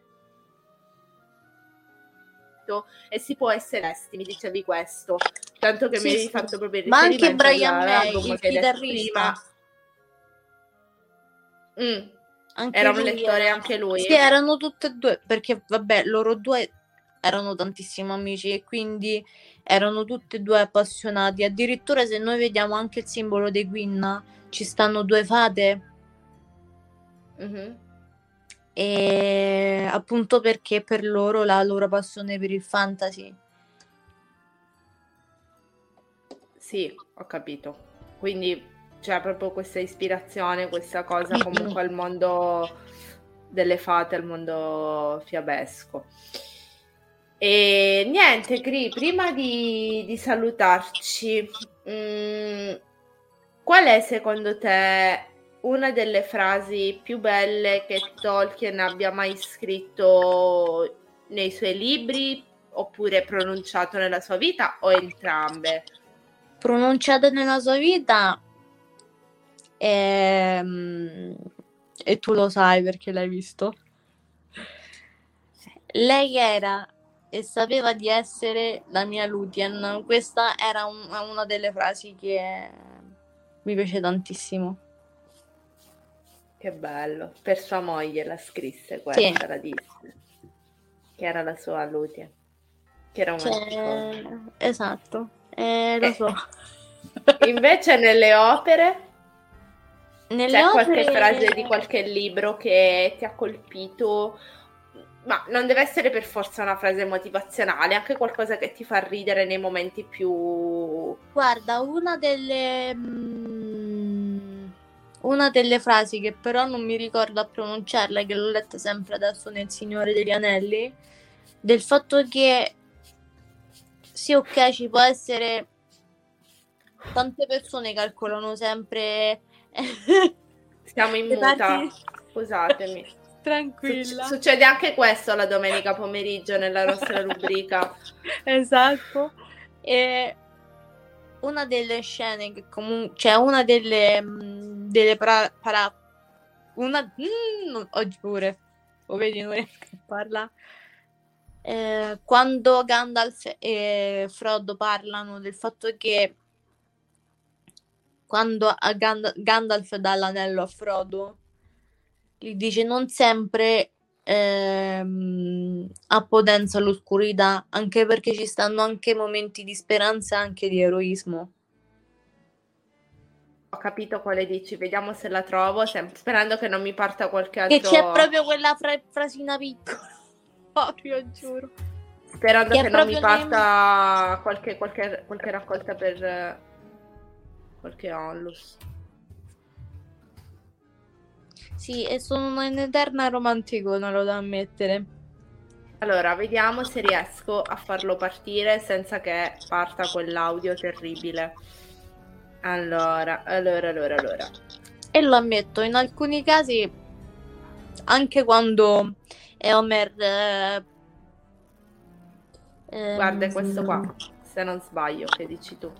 e si può essere onesti, mi dicevi questo, tanto che Sì, mi avevi sì. fatto proprio il Ma anche riferimento Brian May, all'album il che hai detto chitarrista. prima. Mm. Anche Era un lui lettore era- anche lui? Sì, erano tutte e due, perché vabbè, loro due erano tantissimi amici e quindi erano tutti e due appassionati. Addirittura se noi vediamo anche il simbolo dei Queen, ci stanno due fate, Mhm. e appunto perché per loro la loro passione per il fantasy. Sì, ho capito. Quindi c'è proprio questa ispirazione, questa cosa comunque al mondo delle fate, al mondo fiabesco. E niente, Cri, prima di, di salutarci, mm, qual è secondo te una delle frasi più belle che Tolkien abbia mai scritto nei suoi libri oppure pronunciato nella sua vita o entrambe? Pronunciata nella sua vita, ehm, e tu lo sai perché l'hai visto. Lei era e sapeva di essere la mia Lúthien. Questa era un- una delle frasi che mi piace tantissimo. Che bello, per sua moglie la scrisse questa, Sì. la disse, che era la sua Lúthien. Che romantico. Cioè, esatto, eh, lo so. Invece nelle opere Nelle c'è opere... qualche frase di qualche libro che ti ha colpito? Ma non deve essere per forza una frase motivazionale, anche qualcosa che ti fa ridere nei momenti più... Guarda, una delle mm, una delle frasi che però non mi ricordo a pronunciarla, che l'ho letta sempre adesso nel Signore degli Anelli, del fatto che sì, ok, ci può essere, tante persone calcolano sempre Siamo in le muta, parti- scusatemi. Tranquilla. Suc- succede anche questo la domenica pomeriggio nella nostra rubrica. Esatto. E una delle scene che comunque, cioè una delle mh, delle para, para una mm, oggi pure lo vedi, non riesco a parlare. Eh, quando Gandalf e Frodo parlano del fatto che quando a Gand- Gandalf dà l'anello a Frodo, gli dice non sempre ehm, ha potenza l'oscurità, anche perché ci stanno anche momenti di speranza e anche di eroismo. Ho capito quale dici, vediamo se la trovo, sem- sperando che non mi parta qualche altro... Che c'è proprio quella fra- frasina piccola, proprio, giuro. Sperando che che, è non mi proprio parta qualche, qualche, qualche raccolta per eh, qualche onlus. Sì, e sono un'eterna romanticona, lo da ammettere. Allora, vediamo se riesco a farlo partire senza che parta quell'audio terribile. Allora, allora, allora, allora. E lo ammetto, in alcuni casi, anche quando Homer... Eh, Guarda, è ehm, questo qua, se non sbaglio, che dici tu.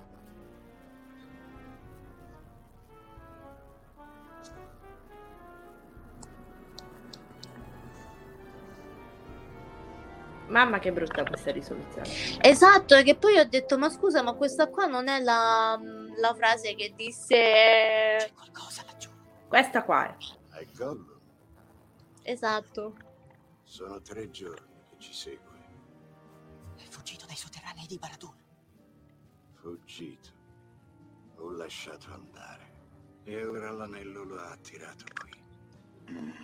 Mamma che brutta questa risoluzione. Esatto, che poi ho detto, ma scusa, ma questa qua non è la, la frase che disse... C'è qualcosa laggiù. Questa qua è. È Gollum. Esatto. Sono tre giorni che ci segue. È fuggito dai sotterranei di Barad-dûr. Fuggito. L'ho lasciato andare. E ora l'anello lo ha attirato qui.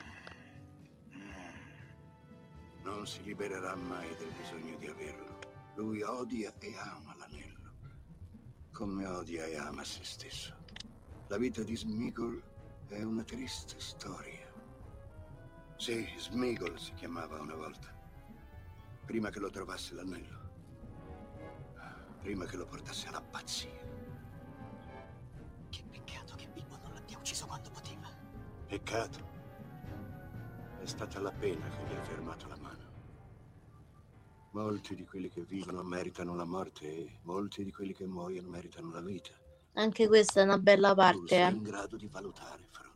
Non si libererà mai del bisogno di averlo. Lui odia e ama l'anello, come odia e ama se stesso. La vita di Sméagol è una triste storia. Sì, Sméagol si chiamava una volta. Prima che lo trovasse l'anello. Prima che lo portasse alla pazzia. Che peccato che Bilbo non l'abbia ucciso quando poteva. Peccato. È stata la pena che gli ha fermato la mano. Molti di quelli che vivono meritano la morte e molti di quelli che muoiono meritano la vita. Anche questa è una bella Tu parte. sei Eh. in grado di valutare, Frodo.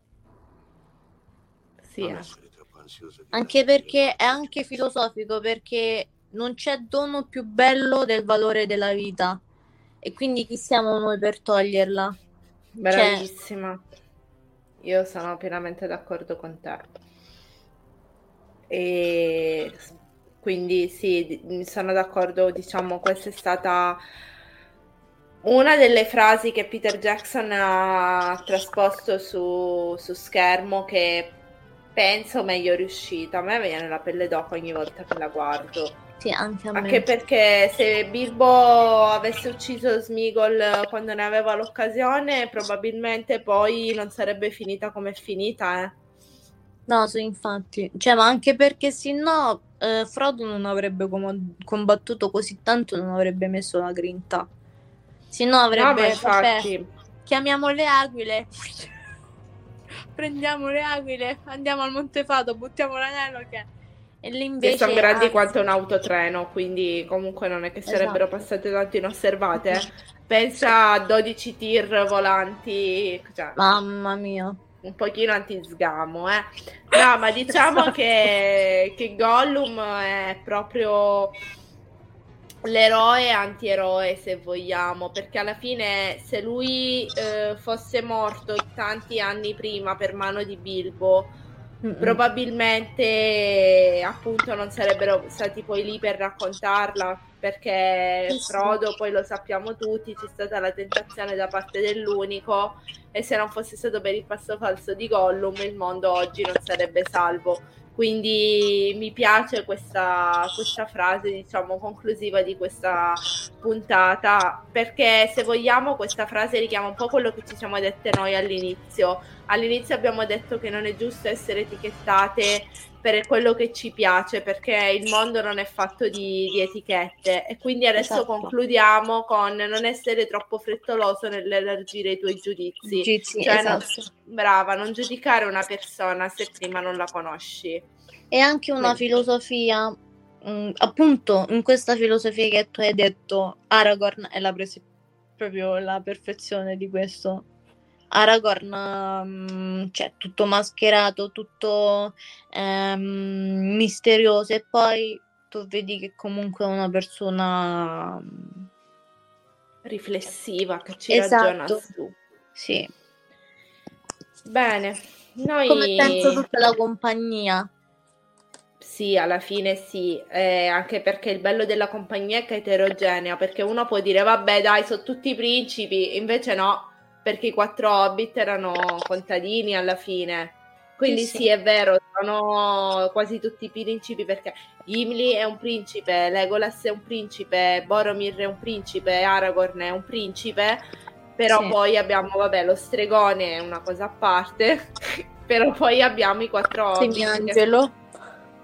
Sì, Non eh. essere troppo ansioso di Anche capire perché è quanto anche ti filosofico, perché non c'è dono più bello del valore della vita. E quindi chi siamo noi per toglierla? Bravissima. Io sono pienamente d'accordo con te. E quindi sì, di- sono d'accordo, diciamo, questa è stata una delle frasi che Peter Jackson ha trasposto su, su schermo che penso meglio riuscita. A me viene la pelle d'oca ogni volta che la guardo. Sì, anche a me. Anche perché se Bilbo avesse ucciso Sméagol quando ne aveva l'occasione, probabilmente poi non sarebbe finita come è finita, eh. No, sì, infatti. Cioè, ma anche perché se no eh, Frodo non avrebbe com- combattuto così tanto, non avrebbe messo la grinta. Se no No, ma avrebbe, infatti, vabbè, chiamiamo le aquile, prendiamo le aquile, andiamo al Montefato, buttiamo l'anello che... E lì che invece... sono grandi anzi, quanto un autotreno, quindi comunque non è che sarebbero esatto. passate tanto inosservate. eh. Pensa a dodici tir volanti, cioè, Mamma mia. un pochino anti-sgamo, eh. No, ma diciamo Esatto. che, che Gollum è proprio l'eroe antieroe, se vogliamo, perché alla fine se lui eh, fosse morto tanti anni prima per mano di Bilbo, Mm-mm. probabilmente appunto non sarebbero stati poi lì per raccontarla, perché Sì, sì. Frodo, poi lo sappiamo tutti, c'è stata la tentazione da parte dell'unico, e se non fosse stato per il passo falso di Gollum il mondo oggi non sarebbe salvo. Quindi mi piace questa, questa frase, diciamo, conclusiva di questa puntata, perché se vogliamo questa frase richiama un po' quello che ci siamo dette noi all'inizio. All'inizio abbiamo detto che non è giusto essere etichettate per quello che ci piace, perché il mondo non è fatto di, di etichette, e quindi adesso Esatto. concludiamo con non essere troppo frettoloso nell'elargire i tuoi giudizi. Giudizi, Cioè, non- esatto. brava, non giudicare una persona se prima non la conosci. E anche una Quindi- filosofia, mh, appunto, in questa filosofia che tu hai detto, Aragorn è la presi- proprio la perfezione di questo. Aragorn, mh, cioè, tutto mascherato, tutto ehm, misterioso, e poi tu vedi che comunque è una persona... mh, Riflessiva, che ci Esatto. ragiona su. sì, Bene, noi come penso tutta la compagnia. sì, alla fine sì, eh, anche perché il bello della compagnia è che è eterogenea, perché uno può dire vabbè dai, sono tutti principi, invece no, perché i quattro hobbit erano contadini alla fine. Quindi Sì, sì, sì. è vero, sono quasi tutti principi, perché Gimli è un principe, Legolas è un principe, Boromir è un principe, Aragorn è un principe, però Sì. poi abbiamo, vabbè, lo stregone è una cosa a parte, però poi abbiamo i quattro hobbit che Semiangelo.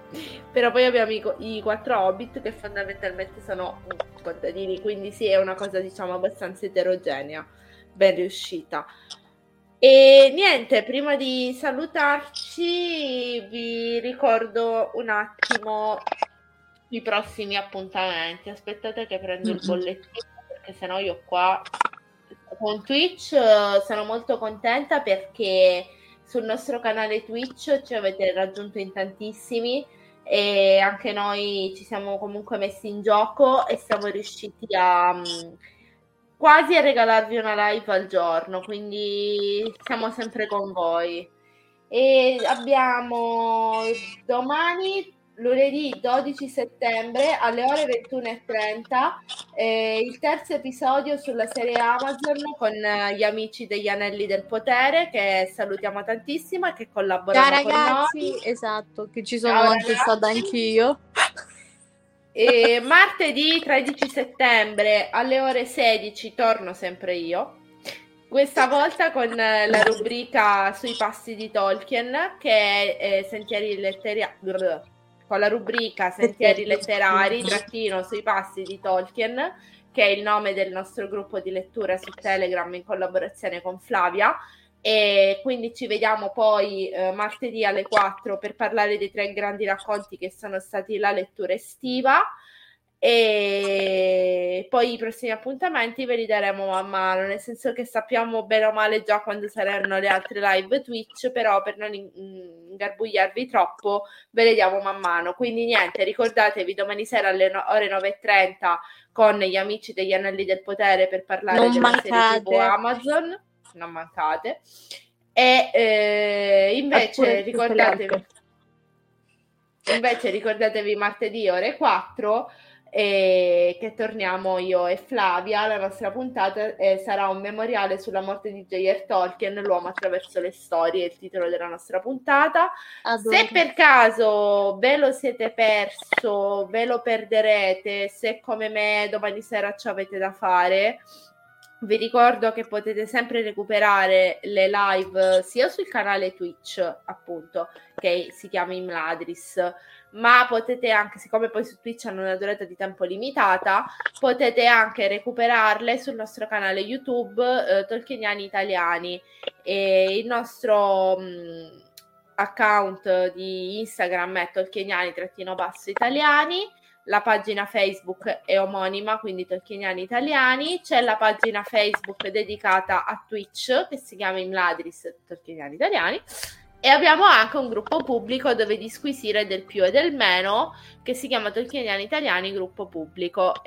Però poi abbiamo i, i quattro Hobbit che fondamentalmente sono contadini, quindi sì, è una cosa diciamo abbastanza eterogenea, ben riuscita. E niente, prima di salutarci vi ricordo un attimo i prossimi appuntamenti. Aspettate che prendo il bollettino, perché sennò io qua con Twitch uh, sono molto contenta perché sul nostro canale Twitch ci avete raggiunto in tantissimi e anche noi ci siamo comunque messi in gioco e siamo riusciti a um, quasi a regalarvi una live al giorno, quindi siamo sempre con voi. E abbiamo domani, lunedì dodici settembre alle ore ventuno e trenta eh, il terzo episodio sulla serie Amazon con eh, gli amici degli Anelli del Potere, che salutiamo tantissimo e che collaborano Ciao con ragazzi, noi. esatto, che ci sono Ciao, anche ragazzi. stata anch'io. E martedì tredici settembre alle ore sedici torno sempre io, questa volta con la rubrica sui passi di Tolkien, che è eh, Sentieri Letterari, con la rubrica Sentieri Letterari trattino sui passi di Tolkien, che è il nome del nostro gruppo di lettura su Telegram in collaborazione con Flavia. E quindi ci vediamo poi eh, martedì alle quattro per parlare dei tre grandi racconti che sono stati la lettura estiva, e poi i prossimi appuntamenti ve li daremo man mano, nel senso che sappiamo bene o male già quando saranno le altre live Twitch, però per non ingarbugliarvi troppo ve le diamo man mano. Quindi niente, ricordatevi domani sera alle no- ore nove e trenta con gli amici degli Anelli del Potere per parlare Non della mancate. serie tivù Amazon. Non mancate. E eh, invece ricordatevi invece ricordatevi martedì ore quattro eh, che torniamo io e Flavia. La nostra puntata eh, sarà un memoriale sulla morte di J R Tolkien, l'uomo attraverso le storie, il titolo della nostra puntata. Adoro. Se per caso ve lo siete perso, ve lo perderete, se come me domani sera ci avete da fare, vi ricordo che potete sempre recuperare le live sia sul canale Twitch, appunto, che si chiama Imladris, ma potete anche, siccome poi su Twitch hanno una durata di tempo limitata, potete anche recuperarle sul nostro canale YouTube eh, Tolkieniani Italiani. E il nostro mh, account di Instagram è Tolkieniani-Italiani. La pagina Facebook è omonima, quindi Tolkieniani Italiani. C'è la pagina Facebook dedicata a Twitch che si chiama Imladris Tolkieniani Italiani. E abbiamo anche un gruppo pubblico dove disquisire del più e del meno, che si chiama Tolkieniani Italiani Gruppo Pubblico.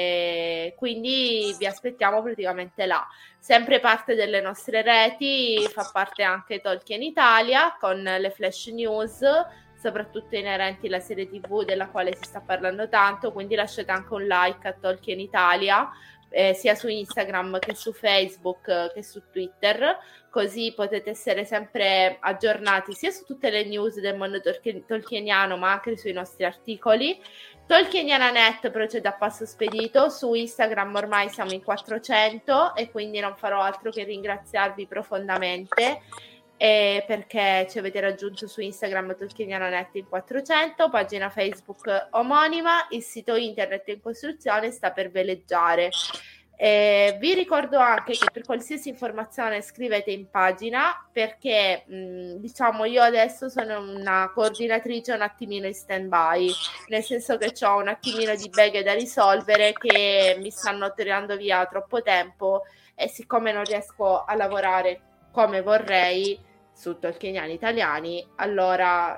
E quindi vi aspettiamo praticamente là. Sempre parte delle nostre reti, fa parte anche Tolkien Italia con le flash news, soprattutto inerenti alla serie tivù della quale si sta parlando tanto, quindi lasciate anche un like a Tolkien Italia, eh, sia su Instagram che su Facebook eh, che su Twitter, così potete essere sempre aggiornati sia su tutte le news del mondo tolkien- tolkieniano, ma anche sui nostri articoli. Tolkieniana.net procede a passo spedito, su Instagram ormai siamo in quattrocento e quindi non farò altro che ringraziarvi profondamente, Eh, perché ci avete raggiunto su Instagram Tolkieniana.net in quattrocento, pagina Facebook omonima, il sito internet in costruzione sta per veleggiare. Eh, vi ricordo anche che per qualsiasi informazione scrivete in pagina, perché mh, diciamo io adesso sono una coordinatrice un attimino in stand by, nel senso che ho un attimino di beghe da risolvere che mi stanno tirando via troppo tempo, e siccome non riesco a lavorare come vorrei su Tolkieniani Italiani, allora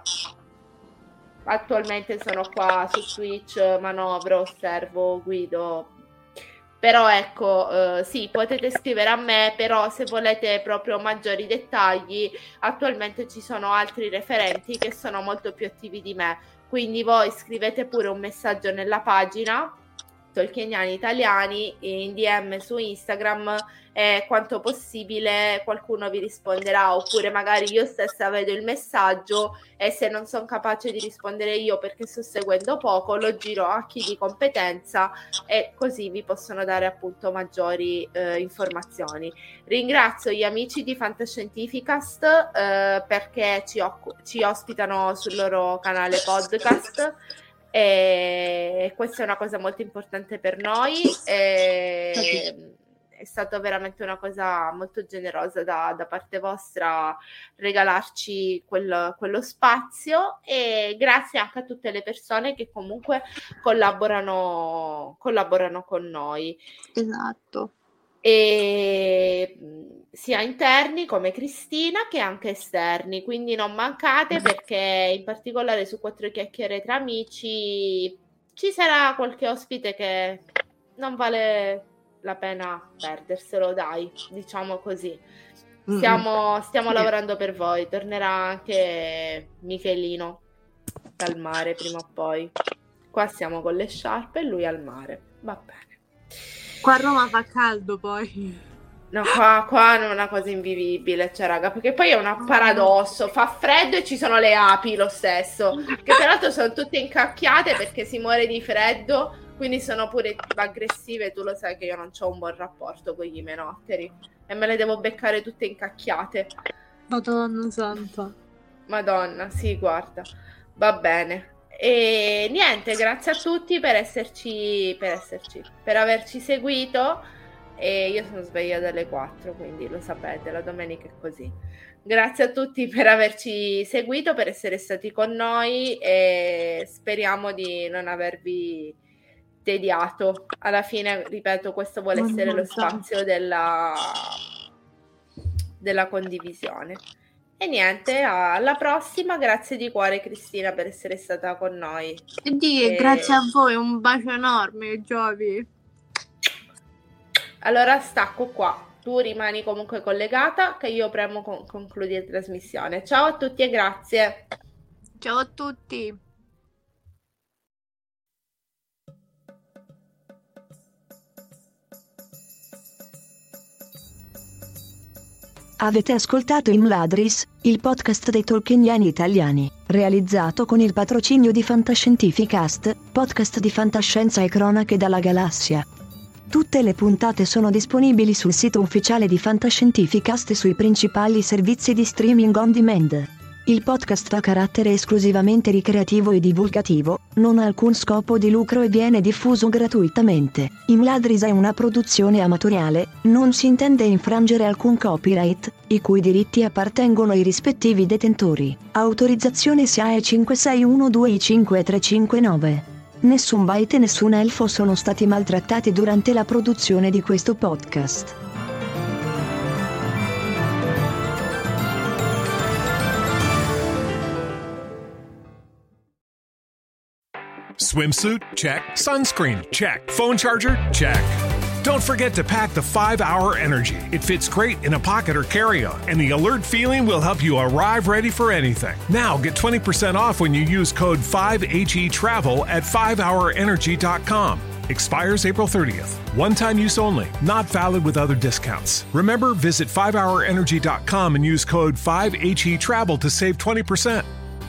attualmente sono qua su Twitch, manovro, osservo, guido. Però ecco, eh, sì, potete scrivere a me, però se volete proprio maggiori dettagli, attualmente ci sono altri referenti che sono molto più attivi di me, quindi voi scrivete pure un messaggio nella pagina Tolkieniani Italiani in D M su Instagram e quanto possibile qualcuno vi risponderà, oppure magari io stessa vedo il messaggio e se non sono capace di rispondere io perché sto seguendo poco, lo giro a chi di competenza e così vi possono dare appunto maggiori eh, informazioni. Ringrazio gli amici di Fantascientificast eh, perché ci, occu- ci ospitano sul loro canale podcast e questa è una cosa molto importante per noi e è stata veramente una cosa molto generosa da, da parte vostra regalarci quel, quello spazio, e grazie anche a tutte le persone che comunque collaborano collaborano con noi. Esatto. E sia interni come Cristina che anche esterni, quindi non mancate, perché in particolare su Quattro Chiacchiere tra Amici ci sarà qualche ospite che non vale la pena perderselo, dai, diciamo così. Stiamo, stiamo Sì. lavorando per voi, tornerà anche Michelino dal mare prima o poi. Qua siamo con le sciarpe e lui al mare, va bene. Qua a Roma fa caldo poi. No, qua, qua è una cosa invivibile, cioè raga, perché poi è un paradosso, fa freddo e ci sono le api lo stesso, che tra l'altro sono tutte incacchiate perché si muore di freddo, quindi sono pure aggressive. Tu lo sai che io non ho un buon rapporto con gli imenotteri e me le devo beccare tutte incacchiate. Madonna santa. Madonna, sì, guarda, va bene. E niente, grazie a tutti per esserci, per esserci, per averci seguito. E io sono svegliata alle quattro, quindi lo sapete, la domenica è così. Grazie a tutti per averci seguito, per essere stati con noi e speriamo di non avervi tediato. Alla fine, ripeto, questo vuole Oh, essere no, lo spazio della, della condivisione. E niente, alla prossima. Grazie di cuore Cristina per essere stata con noi. E di E- grazie a voi, un bacio enorme, Giovi. Allora stacco qua. Tu rimani comunque collegata che io premo con- concludere trasmissione. Ciao a tutti e grazie. Ciao a tutti. Avete ascoltato Imladris, il podcast dei Tolkieniani italiani, realizzato con il patrocinio di Fantascientificast, podcast di fantascienza e cronache dalla galassia. Tutte le puntate sono disponibili sul sito ufficiale di Fantascientificast e sui principali servizi di streaming on demand. Il podcast ha carattere esclusivamente ricreativo e divulgativo, non ha alcun scopo di lucro e viene diffuso gratuitamente. Imladris è una produzione amatoriale, non si intende infrangere alcun copyright, i cui diritti appartengono ai rispettivi detentori. Autorizzazione S A E cinque sei uno due I cinque tre cinque nove. Nessun byte e nessun elfo sono stati maltrattati durante la produzione di questo podcast. Swimsuit? Check. Sunscreen? Check. Phone charger? Check. Don't forget to pack the five hour Energy. It fits great in a pocket or carry-on, and the alert feeling will help you arrive ready for anything. Now get twenty percent off when you use code five H E Travel at five hour energy dot com. Expires April thirtieth. One-time use only. Not valid with other discounts. Remember, visit five hour energy dot com and use code five H E Travel to save twenty percent.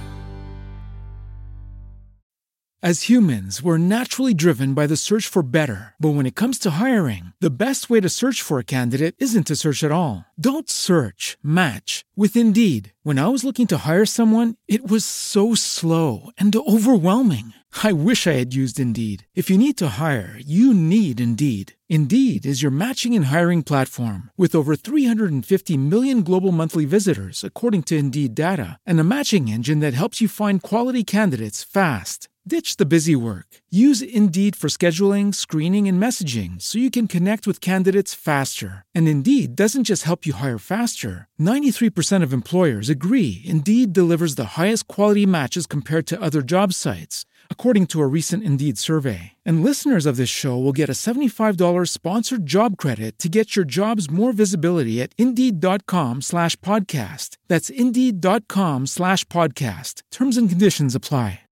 As humans, we're naturally driven by the search for better. But when it comes to hiring, the best way to search for a candidate isn't to search at all. Don't search, match with Indeed. When I was looking to hire someone, it was so slow and overwhelming. I wish I had used Indeed. If you need to hire, you need Indeed. Indeed is your matching and hiring platform with over three hundred fifty million global monthly visitors, according to Indeed data, and a matching engine that helps you find quality candidates fast. Ditch the busy work. Use Indeed for scheduling, screening, and messaging so you can connect with candidates faster. And Indeed doesn't just help you hire faster. ninety-three percent of employers agree Indeed delivers the highest quality matches compared to other job sites, according to a recent Indeed survey. And listeners of this show will get a seventy-five dollars sponsored job credit to get your jobs more visibility at Indeed.com slash podcast. That's Indeed.com slash podcast. Terms and conditions apply.